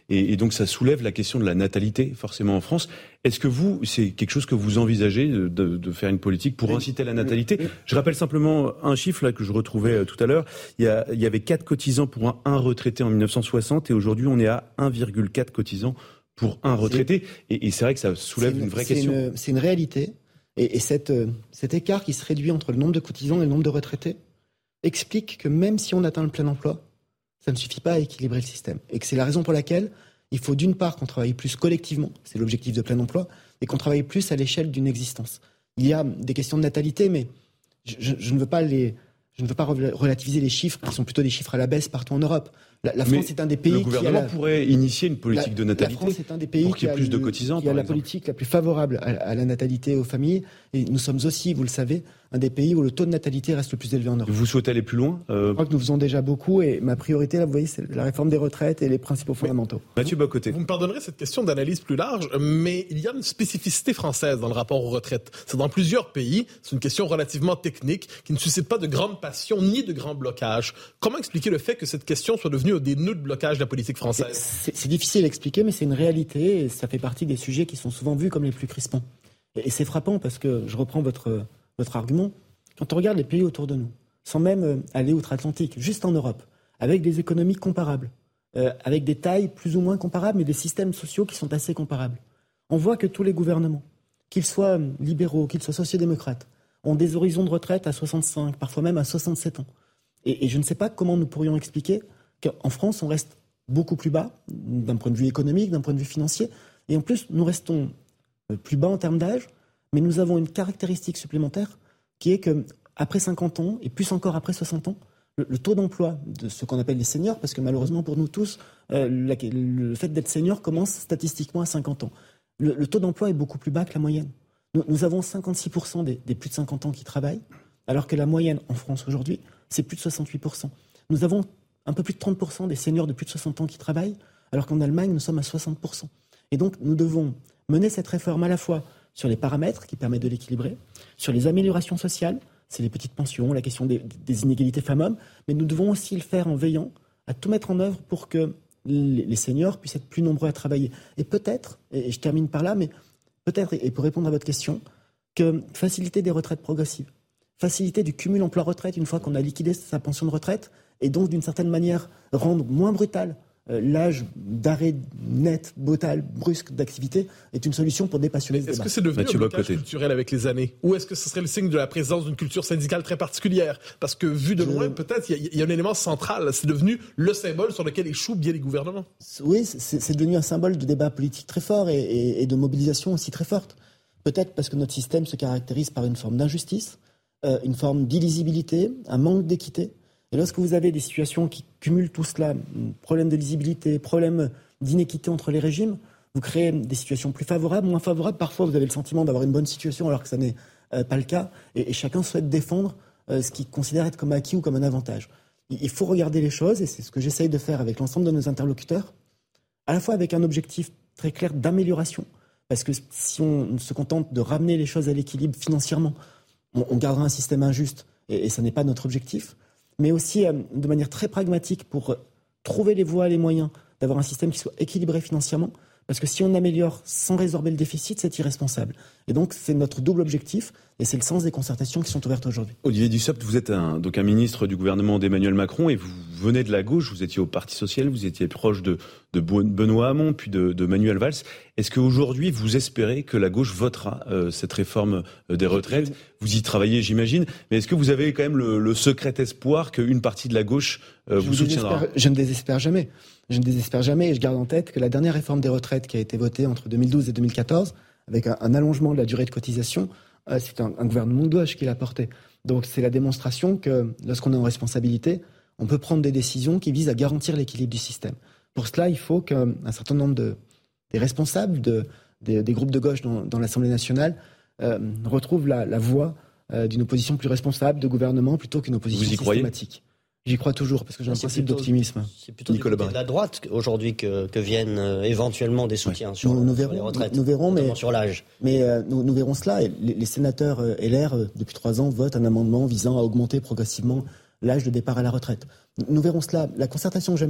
et, et donc ça soulève la question de la natalité forcément en France. Est-ce que vous, c'est quelque chose que vous envisagez de, de, de faire une politique pour inciter à la natalité? Je rappelle simplement un chiffre là que je retrouvais tout à l'heure. Il y, a, il y avait quatre cotisants pour un, un retraité en mille neuf cent soixante et aujourd'hui on est à un virgule quatre cotisants pour un retraité. Et, et c'est vrai que ça soulève une, une vraie c'est question. Une, c'est une réalité. Et, et cette, cet écart qui se réduit entre le nombre de cotisants et le nombre de retraités explique que même si on atteint le plein emploi, ça ne suffit pas à équilibrer le système. Et que c'est la raison pour laquelle il faut d'une part qu'on travaille plus collectivement, c'est l'objectif de plein emploi, et qu'on travaille plus à l'échelle d'une existence. Il y a des questions de natalité, mais je, je, je ne veux pas les... Je ne veux pas relativiser les chiffres, qui sont plutôt des chiffres à la baisse partout en Europe. La, la France est un des pays le gouvernement qui a la, pourrait initier une politique la, de natalité. La France est un des pays pour qu'il y ait plus le, de cotisants, qui a la exemple. politique la plus favorable à, à la natalité et aux familles. Et nous sommes aussi, vous le savez, un des pays où le taux de natalité reste le plus élevé en Europe. Vous souhaitez aller plus loin euh... Je crois que nous faisons déjà beaucoup et ma priorité, là, vous voyez, c'est la réforme des retraites et les principaux fondamentaux. Mais, Mathieu Bocoté. Vous me pardonnerez cette question d'analyse plus large, mais il y a une spécificité française dans le rapport aux retraites. C'est dans plusieurs pays, c'est une question relativement technique qui ne suscite pas de grande passion ni de grand blocage. Comment expliquer le fait que cette question soit devenue des nœuds de blocage de la politique française? C'est, c'est difficile à expliquer, mais c'est une réalité et ça fait partie des sujets qui sont souvent vus comme les plus crispants. Et, et c'est frappant parce que, je reprends votre, votre argument, quand on regarde les pays autour de nous, sans même aller outre-Atlantique, juste en Europe, avec des économies comparables, euh, avec des tailles plus ou moins comparables, mais des systèmes sociaux qui sont assez comparables, on voit que tous les gouvernements, qu'ils soient libéraux, qu'ils soient sociodémocrates, ont des horizons de retraite à soixante-cinq, parfois même à soixante-sept ans. Et, et je ne sais pas comment nous pourrions expliquer qu'en France, on reste beaucoup plus bas, d'un point de vue économique, d'un point de vue financier, et en plus, nous restons plus bas en termes d'âge, mais nous avons une caractéristique supplémentaire qui est qu'après cinquante ans, et plus encore après soixante ans, le, le taux d'emploi de ce qu'on appelle les seniors, parce que malheureusement pour nous tous, euh, la, le fait d'être senior commence statistiquement à cinquante ans. Le, le taux d'emploi est beaucoup plus bas que la moyenne. Nous, nous avons cinquante-six pour cent des, des plus de cinquante ans qui travaillent, alors que la moyenne en France aujourd'hui, c'est plus de soixante-huit pour cent. Nous avons un peu plus de trente pour cent des seniors de plus de soixante ans qui travaillent, alors qu'en Allemagne, nous sommes à soixante pour cent. Et donc, nous devons mener cette réforme à la fois sur les paramètres qui permettent de l'équilibrer, sur les améliorations sociales, c'est les petites pensions, la question des, des inégalités femmes-hommes, mais nous devons aussi le faire en veillant à tout mettre en œuvre pour que les, les seniors puissent être plus nombreux à travailler. Et peut-être, et je termine par là, mais peut-être, et pour répondre à votre question, que faciliter des retraites progressives, faciliter du cumul emploi-retraite une fois qu'on a liquidé sa pension de retraite, et donc d'une certaine manière rendre moins brutal euh, l'âge d'arrêt net, brutal, brusque d'activité est une solution pour dépassionner ce débat. Est-ce que c'est devenu Mathieu un blocage Bocoté. culturel avec les années? Ou est-ce que ce serait le signe de la présence d'une culture syndicale très particulière? Parce que vu de loin, Je... peut-être, il y, y a un élément central. C'est devenu le symbole sur lequel échouent bien les gouvernements. Oui, c'est, c'est devenu un symbole de débat politique très fort et, et, et de mobilisation aussi très forte. Peut-être parce que notre système se caractérise par une forme d'injustice, euh, une forme d'illisibilité, un manque d'équité. Et lorsque vous avez des situations qui cumulent tout cela, problème de lisibilité, problème d'inéquité entre les régimes, vous créez des situations plus favorables, moins favorables. Parfois, vous avez le sentiment d'avoir une bonne situation alors que ça n'est euh, pas le cas. Et, et chacun souhaite défendre euh, ce qu'il considère être comme acquis ou comme un avantage. Il, il faut regarder les choses, et c'est ce que j'essaye de faire avec l'ensemble de nos interlocuteurs, à la fois avec un objectif très clair d'amélioration. Parce que si on se contente de ramener les choses à l'équilibre financièrement, on, on gardera un système injuste, et, et ça n'est pas notre objectif. Mais aussi euh, de manière très pragmatique pour trouver les voies et les moyens d'avoir un système qui soit équilibré financièrement, parce que si on améliore sans résorber le déficit, c'est irresponsable. Et donc, c'est notre double objectif, et c'est le sens des concertations qui sont ouvertes aujourd'hui. Olivier Dussopt, vous êtes un, donc un ministre du gouvernement d'Emmanuel Macron, et vous venez de la gauche, vous étiez au Parti Social, vous étiez proche de, de Benoît Hamon, puis de, de Manuel Valls. Est-ce qu'aujourd'hui, vous espérez que la gauche votera euh, cette réforme euh, des retraites? Vous y travaillez, j'imagine, mais est-ce que vous avez quand même le, le secret espoir qu'une partie de la gauche euh, vous soutiendra? Je ne désespère jamais. Je ne désespère jamais, et je garde en tête que la dernière réforme des retraites qui a été votée entre deux mille douze et deux mille quatorze, avec un, un allongement de la durée de cotisation, euh, c'est un, un gouvernement de gauche qui l'a porté. Donc c'est la démonstration que lorsqu'on est en responsabilité, on peut prendre des décisions qui visent à garantir l'équilibre du système. Pour cela, il faut qu'un certain nombre de, des responsables de, des, des groupes de gauche dans, dans l'Assemblée nationale euh, retrouvent la, la voie euh, d'une opposition plus responsable, de gouvernement, plutôt qu'une opposition Vous y systématique. Croyez ? J'y crois toujours, parce que j'ai un c'est principe plutôt, d'optimisme. C'est plutôt Nicolas du côté de la droite aujourd'hui que, que viennent euh, éventuellement des soutiens ouais. sur, nous, nous sur verrons, les retraites, nous, nous verrons, mais, sur l'âge. Mais euh, nous, nous verrons cela. Et les, les sénateurs euh, L R, euh, depuis trois ans, votent un amendement visant à augmenter progressivement l'âge de départ à la retraite. Nous, nous verrons cela. La concertation que je mène,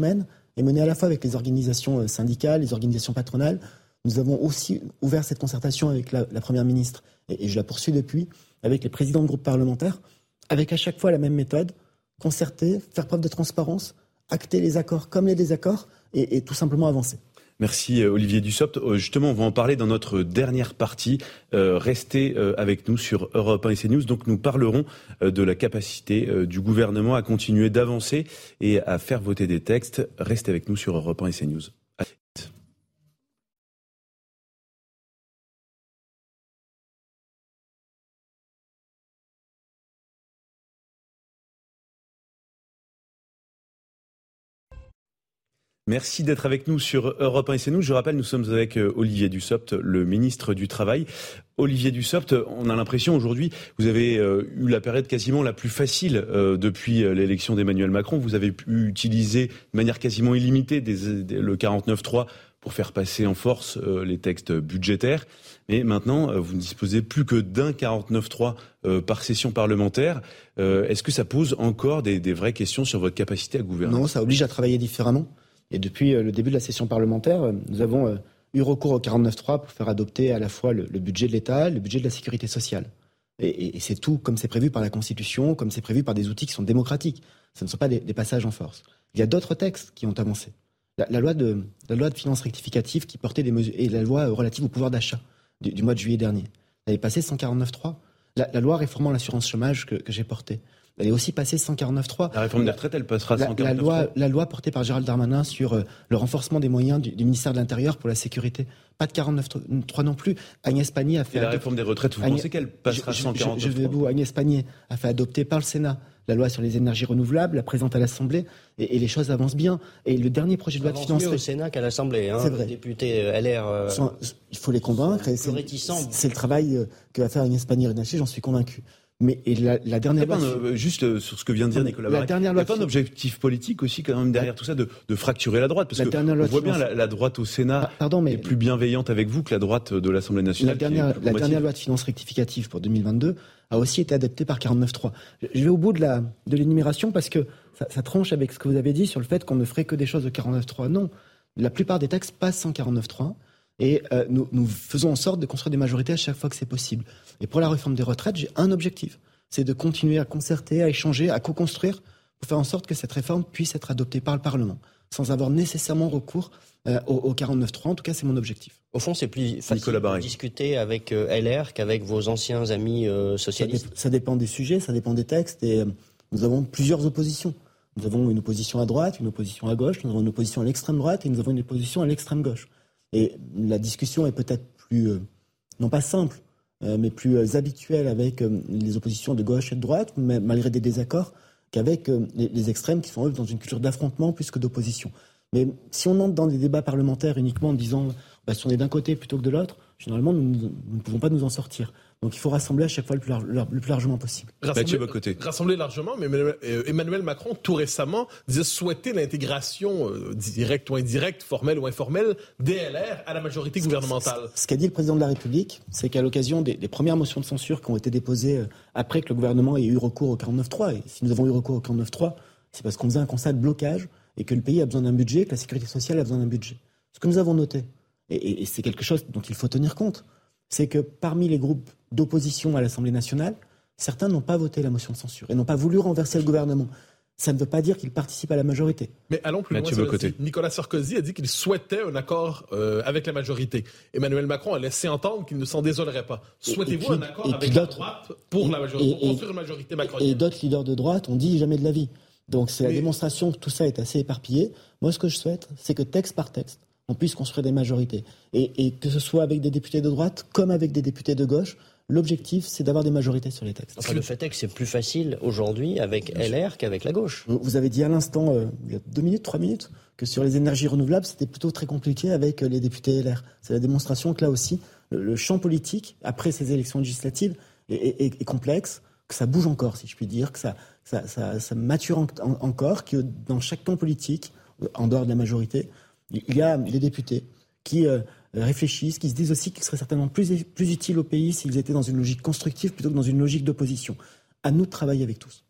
est menée à la fois avec les organisations syndicales, les organisations patronales. Nous avons aussi ouvert cette concertation avec la, la Première ministre, et, et je la poursuis depuis, avec les présidents de groupes parlementaires, avec à chaque fois la même méthode, concerter, faire preuve de transparence, acter les accords comme les désaccords, et, et tout simplement avancer. Merci Olivier Dussopt. Justement, on va en parler dans notre dernière partie. Euh, restez euh, avec nous sur Europe un et CNews. Donc nous parlerons euh, de la capacité euh, du gouvernement à continuer d'avancer et à faire voter des textes. Restez avec nous sur Europe un et CNews. À très vite. Merci d'être avec nous sur Europe un et CNews. Je rappelle, nous sommes avec Olivier Dussopt, le ministre du Travail. Olivier Dussopt, on a l'impression aujourd'hui, vous avez euh, eu la période quasiment la plus facile euh, depuis l'élection d'Emmanuel Macron. Vous avez pu utiliser de manière quasiment illimitée des, des, le quarante-neuf trois pour faire passer en force euh, les textes budgétaires. Mais maintenant, euh, vous ne disposez plus que d'un quarante-neuf trois euh, par session parlementaire. Euh, est-ce que ça pose encore des, des vraies questions sur votre capacité à gouverner ? Non, ça oblige à travailler différemment. Et depuis le début de la session parlementaire, nous avons eu recours au quarante-neuf trois pour faire adopter à la fois le, le budget de l'État, le budget de la sécurité sociale. Et, et, et c'est tout comme c'est prévu par la Constitution, comme c'est prévu par des outils qui sont démocratiques. Ce ne sont pas des, des passages en force. Il y a d'autres textes qui ont avancé. La, la, loi, de, la loi de finances rectificative qui portait des mesures, et la loi relative au pouvoir d'achat du, du mois de juillet dernier. Elle est passée sans quarante-neuf trois. La, la loi réformant l'assurance chômage que, que j'ai portée. Elle est aussi passée sans quarante-neuf trois. La réforme des retraites, elle passera sans quarante-neuf trois. La, la, loi, la loi portée par Gérald Darmanin sur euh, le renforcement des moyens du, du ministère de l'Intérieur pour la sécurité. Pas de quarante-neuf trois non plus. Agnès Pannier a fait... Et la réforme des retraites, vous Agnès, pensez qu'elle passera je, sans quarante-neuf trois? Je, je vais vous, Agnès Pannier a fait adopter par le Sénat la loi sur les énergies renouvelables, la présente à l'Assemblée, et, et les choses avancent bien. Et le dernier projet de loi de finances... mieux au Sénat qu'à l'Assemblée. Hein, c'est vrai. Les députés L R... Euh, sont, il faut les convaincre. Et c'est, c'est le travail que va faire Agnès Pannier-Runacher, j'en suis convaincu. Mais et la, la dernière loi... Un, juste euh, sur ce que vient de dire Nicolas Barré, il n'y a pas un objectif politique aussi quand même derrière la, tout ça de, de fracturer la droite, parce que on voit bien la, la droite au Sénat Pardon, mais est plus bienveillante avec vous que la droite de l'Assemblée nationale. La dernière, la dernière loi de finances rectificative pour deux mille vingt-deux a aussi été adoptée par quarante-neuf trois. Je vais au bout de, la, de l'énumération parce que ça, ça tranche avec ce que vous avez dit sur le fait qu'on ne ferait que des choses de quarante-neuf trois. Non, la plupart des textes passent sans quarante-neuf trois. Et euh, nous, nous faisons en sorte de construire des majorités à chaque fois que c'est possible. Et pour la réforme des retraites, j'ai un objectif. C'est de continuer à concerter, à échanger, à co-construire pour faire en sorte que cette réforme puisse être adoptée par le Parlement, sans avoir nécessairement recours euh, au, au quarante-neuf trois. En tout cas, c'est mon objectif. Au fond, c'est plus facile de discuter avec euh, L R qu'avec vos anciens amis euh, socialistes. Ça, dé- ça dépend des sujets, ça dépend des textes. Et euh, nous avons plusieurs oppositions. Nous avons une opposition à droite, une opposition à gauche, nous avons une opposition à l'extrême droite et nous avons une opposition à l'extrême gauche. Et la discussion est peut-être plus, euh, non pas simple, Euh, mais plus euh, habituel avec euh, les oppositions de gauche et de droite, mais, malgré des désaccords, qu'avec euh, les, les extrêmes qui sont eux dans une culture d'affrontement plus que d'opposition. Mais si on entre dans des débats parlementaires uniquement en disant bah, si on est d'un côté plutôt que de l'autre, généralement nous, nous, nous ne pouvons pas nous en sortir. Donc il faut rassembler à chaque fois le plus, lar- le plus largement possible. Rassembler, côté. rassembler largement, mais Emmanuel Macron, tout récemment, disait souhaiter l'intégration euh, directe ou indirecte, formelle ou informelle, des L R à la majorité gouvernementale. Ce, ce qu'a dit le président de la République, c'est qu'à l'occasion des, des premières motions de censure qui ont été déposées euh, après que le gouvernement ait eu recours au quarante-neuf trois, et si nous avons eu recours au quarante-neuf trois, c'est parce qu'on faisait un constat de blocage et que le pays a besoin d'un budget, que la sécurité sociale a besoin d'un budget. Ce que nous avons noté, et, et, et c'est quelque chose dont il faut tenir compte, c'est que parmi les groupes d'opposition à l'Assemblée nationale, certains n'ont pas voté la motion de censure et n'ont pas voulu renverser le gouvernement. Ça ne veut pas dire qu'ils participent à la majorité. Mais allons plus Mathieu loin. Bocoté. Nicolas Sarkozy a dit qu'il souhaitait un accord euh, avec la majorité. Emmanuel Macron a laissé entendre qu'il ne s'en désolerait pas. Souhaitez-vous puis, un accord avec la droite pour, la majorité, et, pour construire une majorité macronienne? Et d'autres leaders de droite ont dit jamais de la vie. Donc c'est Mais... la démonstration que tout ça est assez éparpillé. Moi, ce que je souhaite, c'est que texte par texte, on puisse construire des majorités. Et, et que ce soit avec des députés de droite comme avec des députés de gauche, l'objectif, c'est d'avoir des majorités sur les textes. Enfin, le fait est que c'est plus facile aujourd'hui avec L R qu'avec la gauche. Vous avez dit à l'instant, euh, il y a deux minutes, trois minutes, que sur les énergies renouvelables, c'était plutôt très compliqué avec les députés L R. C'est la démonstration que là aussi, le, le champ politique, après ces élections législatives, est, est, est complexe, que ça bouge encore, si je puis dire, que ça, ça, ça, ça mature en, en, encore, que dans chaque camp politique, en dehors de la majorité, il y a des députés qui euh, réfléchissent, qui se disent aussi qu'ils seraient certainement plus, plus utiles au pays s'ils étaient dans une logique constructive plutôt que dans une logique d'opposition. À nous de travailler avec tous.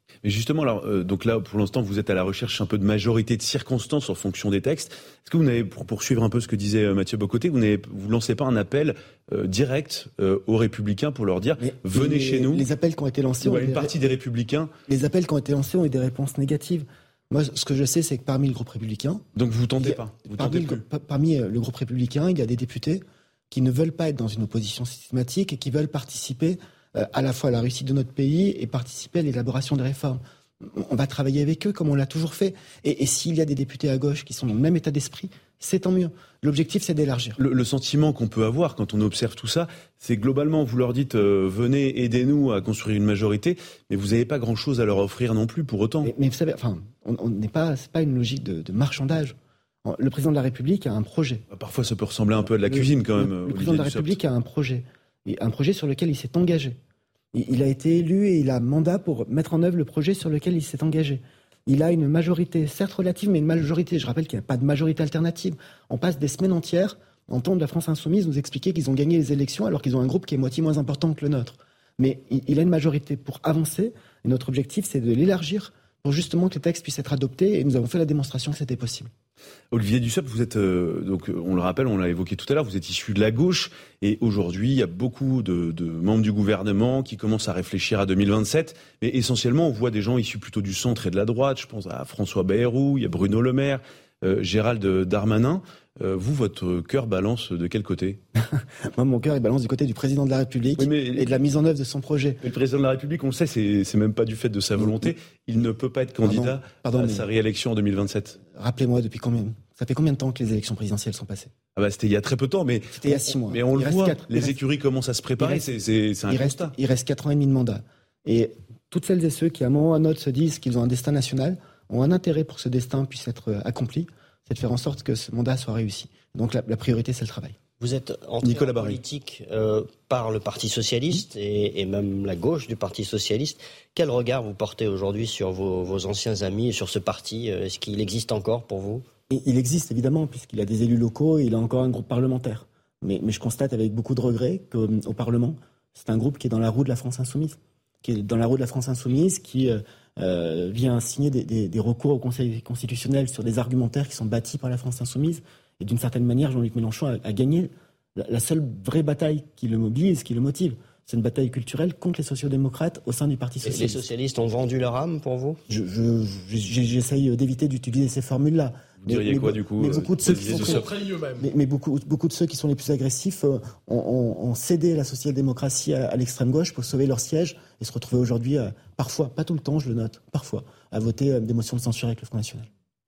Mais justement, alors, euh, donc là, pour l'instant, vous êtes à la recherche un peu de majorité de circonstances en fonction des textes. Est-ce que vous n'avez, pour poursuivre un peu ce que disait euh, Mathieu Bocoté, vous n'avez, vous lancez pas un appel euh, direct euh, aux Républicains pour leur dire mais, venez les, chez nous. Les appels qui ont été lancés, ou à ont une des... partie des Républicains. Les appels qui ont été lancés ont eu des réponses négatives. Moi, ce que je sais, c'est que parmi le groupe républicain, donc vous tentez a, pas. Vous parmi, tentez le, plus. parmi le groupe républicain, il y a des députés qui ne veulent pas être dans une opposition systématique et qui veulent participer euh, à la fois à la réussite de notre pays et participer à l'élaboration des réformes. On va travailler avec eux comme on l'a toujours fait. Et, et s'il y a des députés à gauche qui sont dans le même état d'esprit, c'est tant mieux. L'objectif, c'est d'élargir. Le, le sentiment qu'on peut avoir quand on observe tout ça, c'est que globalement, vous leur dites euh, venez, aidez-nous à construire une majorité, mais vous n'avez pas grand-chose à leur offrir non plus pour autant. Mais, mais vous savez, enfin, on n'est pas, c'est pas une logique de, de marchandage. Le président de la République a un projet. Parfois, ça peut ressembler un peu à de la le, cuisine quand même. Le, le président de la République a un projet, et un projet sur lequel il s'est engagé. Il a été élu et il a mandat pour mettre en œuvre le projet sur lequel il s'est engagé. Il a une majorité, certes relative, mais une majorité. Je rappelle qu'il n'y a pas de majorité alternative. On passe des semaines entières à entendre la France Insoumise nous expliquer qu'ils ont gagné les élections alors qu'ils ont un groupe qui est moitié moins important que le nôtre. Mais il a une majorité pour avancer. Et notre objectif, c'est de l'élargir pour justement que le texte puisse être adopté. Et nous avons fait la démonstration que c'était possible. Olivier Dussopt, vous êtes, euh, donc, on le rappelle, on l'a évoqué tout à l'heure, vous êtes issu de la gauche et aujourd'hui, il y a beaucoup de, de membres du gouvernement qui commencent à réfléchir à deux mille vingt-sept. Mais essentiellement, on voit des gens issus plutôt du centre et de la droite. Je pense à François Bayrou, il y a Bruno Le Maire, euh, Gérald Darmanin. Euh, vous, votre cœur balance de quel côté ? Moi, mon cœur, il balance du côté du président de la République oui, mais, et de la mise en œuvre de son projet. Mais le président de la République, on le sait, c'est, c'est même pas du fait de sa volonté. Il ne peut pas être candidat pardon, pardon, à sa réélection en deux mille vingt-sept. Rappelez-moi, depuis combien Ça fait combien de temps que les élections présidentielles sont passées ? Ah bah, c'était il y a très peu de temps, mais c'était il y a six mois. Mais on il le voit, quatre, les reste, écuries commencent à se préparer. Reste, c'est, c'est, c'est un il constat. Reste, il reste quatre ans et demi de mandat. Et toutes celles et ceux qui, à un moment ou à un autre, se disent qu'ils ont un destin national, ont un intérêt pour que ce destin puisse être accompli, c'est de faire en sorte que ce mandat soit réussi. Donc la, la priorité, c'est le travail. Vous êtes entré en politique euh, par le Parti Socialiste et, et même la gauche du Parti Socialiste. Quel regard vous portez aujourd'hui sur vos, vos anciens amis et sur ce parti ? Est-ce qu'il existe encore pour vous ? Il existe évidemment, puisqu'il a des élus locaux et il a encore un groupe parlementaire. Mais, mais je constate avec beaucoup de regret qu'au Parlement, c'est un groupe qui est dans la roue de la France Insoumise. Qui est dans la roue de la France Insoumise, qui euh, euh, vient signer des, des, des recours au Conseil constitutionnel sur des argumentaires qui sont bâtis par la France Insoumise. Et d'une certaine manière, Jean-Luc Mélenchon a, a gagné la, la seule vraie bataille qui le mobilise, qui le motive. C'est une bataille culturelle contre les sociodémocrates au sein du Parti Socialiste. Et les socialistes ont vendu leur âme pour vous ? je, je, je, J'essaye d'éviter d'utiliser ces formules-là. Vous mais, diriez mais, quoi, du coup mais beaucoup de ceux qui sont très, mais, mais beaucoup, beaucoup de ceux qui sont les plus agressifs euh, ont, ont, ont cédé la social-démocratie à, à l'extrême gauche pour sauver leur siège et se retrouver aujourd'hui, euh, parfois, pas tout le temps, je le note, parfois, à voter euh, des motions de censure avec le Front National.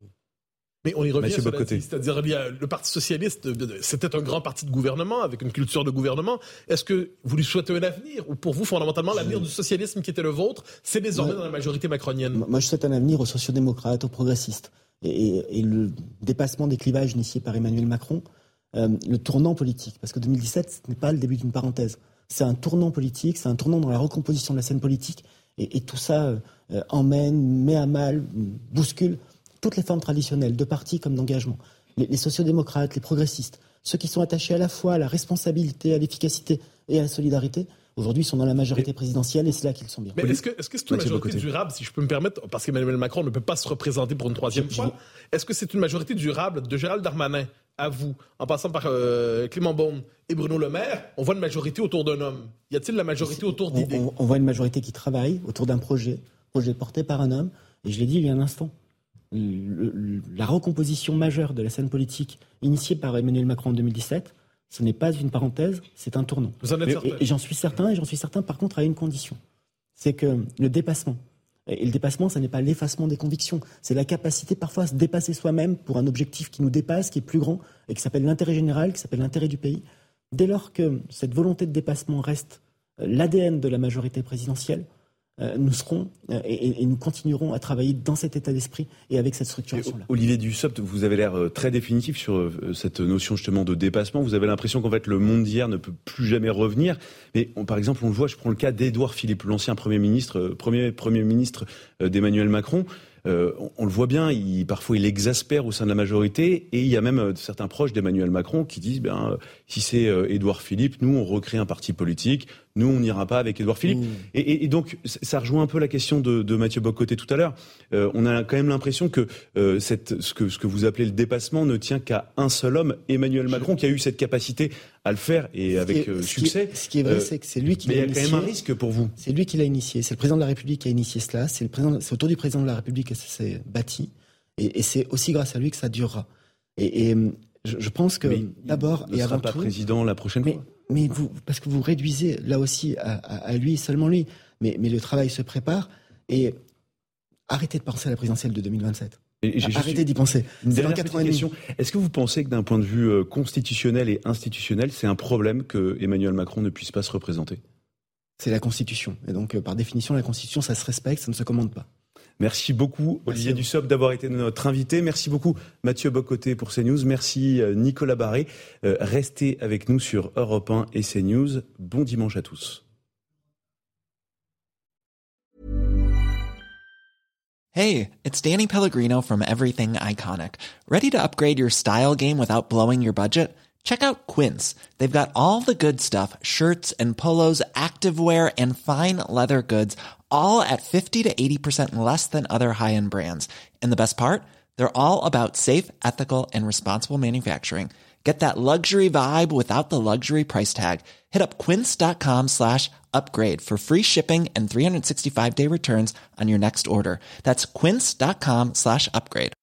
Mais on y revient, sur la, c'est-à-dire le Parti Socialiste, c'était un grand parti de gouvernement, avec une culture de gouvernement. Est-ce que vous lui souhaitez un avenir ? Ou pour vous, fondamentalement, l'avenir du socialisme qui était le vôtre, c'est désormais ouais. dans la majorité macronienne ? Moi, je souhaite un avenir aux sociodémocrates, aux progressistes. Et, et, et le dépassement des clivages initiés par Emmanuel Macron, euh, le tournant politique. Parce que deux mille dix-sept, ce n'est pas le début d'une parenthèse. C'est un tournant politique, c'est un tournant dans la recomposition de la scène politique. Et, et tout ça euh, emmène, met à mal, bouscule toutes les formes traditionnelles, de partis comme d'engagement. Les, les sociodémocrates, les progressistes, ceux qui sont attachés à la fois à la responsabilité, à l'efficacité et à la solidarité, aujourd'hui, ils sont dans la majorité présidentielle et c'est là qu'ils sont bien. Mais est-ce que, est-ce que c'est une majorité Bocoté. durable, si je peux me permettre, parce qu'Emmanuel Macron ne peut pas se représenter pour une troisième je, fois, je... est-ce que c'est une majorité durable de Gérald Darmanin à vous, en passant par euh, Clément Beaune et Bruno Le Maire? On voit une majorité autour d'un homme. Y a-t-il la majorité autour d'idées? on, on, on voit une majorité qui travaille autour d'un projet, projet porté par un homme, et je l'ai dit il y a un instant. Le, le, la recomposition majeure de la scène politique initiée par Emmanuel Macron en deux mille dix-sept, ce n'est pas une parenthèse, c'est un tournant. Vous en êtes certain ? Et, et j'en suis certain, et j'en suis certain par contre à une condition. C'est que le dépassement, et le dépassement, ce n'est pas l'effacement des convictions, c'est la capacité parfois à se dépasser soi-même pour un objectif qui nous dépasse, qui est plus grand, et qui s'appelle l'intérêt général, qui s'appelle l'intérêt du pays. Dès lors que cette volonté de dépassement reste l'A D N de la majorité présidentielle, Euh, nous serons euh, et, et nous continuerons à travailler dans cet état d'esprit et avec cette structuration-là. Olivier Dussopt, vous avez l'air très définitif sur euh, cette notion justement de dépassement. Vous avez l'impression qu'en fait le monde d'hier ne peut plus jamais revenir. Mais on, par exemple, on le voit, je prends le cas d'Édouard Philippe, l'ancien Premier ministre, euh, premier, premier ministre euh, d'Emmanuel Macron. euh, on, on le voit bien, il, parfois il exaspère au sein de la majorité, et il y a même euh, certains proches d'Emmanuel Macron qui disent, ben, euh, si c'est euh, Édouard Philippe, nous on recrée un parti politique, nous on n'ira pas avec Édouard Philippe. Mmh. Et, et, et donc ça rejoint un peu la question de, de Mathieu Bock-Côté tout à l'heure. Euh, on a quand même l'impression que, euh, cette, ce que ce que vous appelez le dépassement ne tient qu'à un seul homme, Emmanuel Macron, qui a eu cette capacité à le faire et avec euh, ce succès. Qui est, ce qui est vrai, euh, c'est que c'est lui qui l'a initié. Mais il y a quand même un risque pour vous. C'est lui qui l'a initié. C'est le président de la République qui a initié cela. C'est, le président, c'est autour du président de la République que ça s'est bâti. Et, et c'est aussi grâce à lui que ça durera. Et, et je, je pense que mais d'abord il et avant tout... ne sera pas président la prochaine mais, fois. Mais vous, parce que vous réduisez là aussi à, à, à lui, seulement lui. Mais, mais le travail se prépare. Et arrêtez de penser à la présidentielle de deux mille vingt-sept. Et j'ai Arrêtez juste... d'y penser. Une dernière question. Est-ce que vous pensez que d'un point de vue euh, constitutionnel et institutionnel, c'est un problème que Emmanuel Macron ne puisse pas se représenter ? C'est la Constitution. Et donc, euh, par définition, la Constitution, ça se respecte, ça ne se commande pas. Merci beaucoup, Olivier Dussopt, d'avoir été notre invité. Merci beaucoup, Mathieu Bock-Côté, pour CNews. Merci, Nicolas Barré. Euh, restez avec nous sur Europe un et CNews. Bon dimanche à tous. Hey, it's Danny Pellegrino from Everything Iconic. Ready to upgrade your style game without blowing your budget? Check out Quince. They've got all the good stuff, shirts and polos, activewear, and fine leather goods, all at fifty to eighty percent less than other high-end brands. And the best part? They're all about safe, ethical, and responsible manufacturing. Get that luxury vibe without the luxury price tag. Hit up quince.com slash upgrade for free shipping and three sixty-five day returns on your next order. That's quince.com slash upgrade.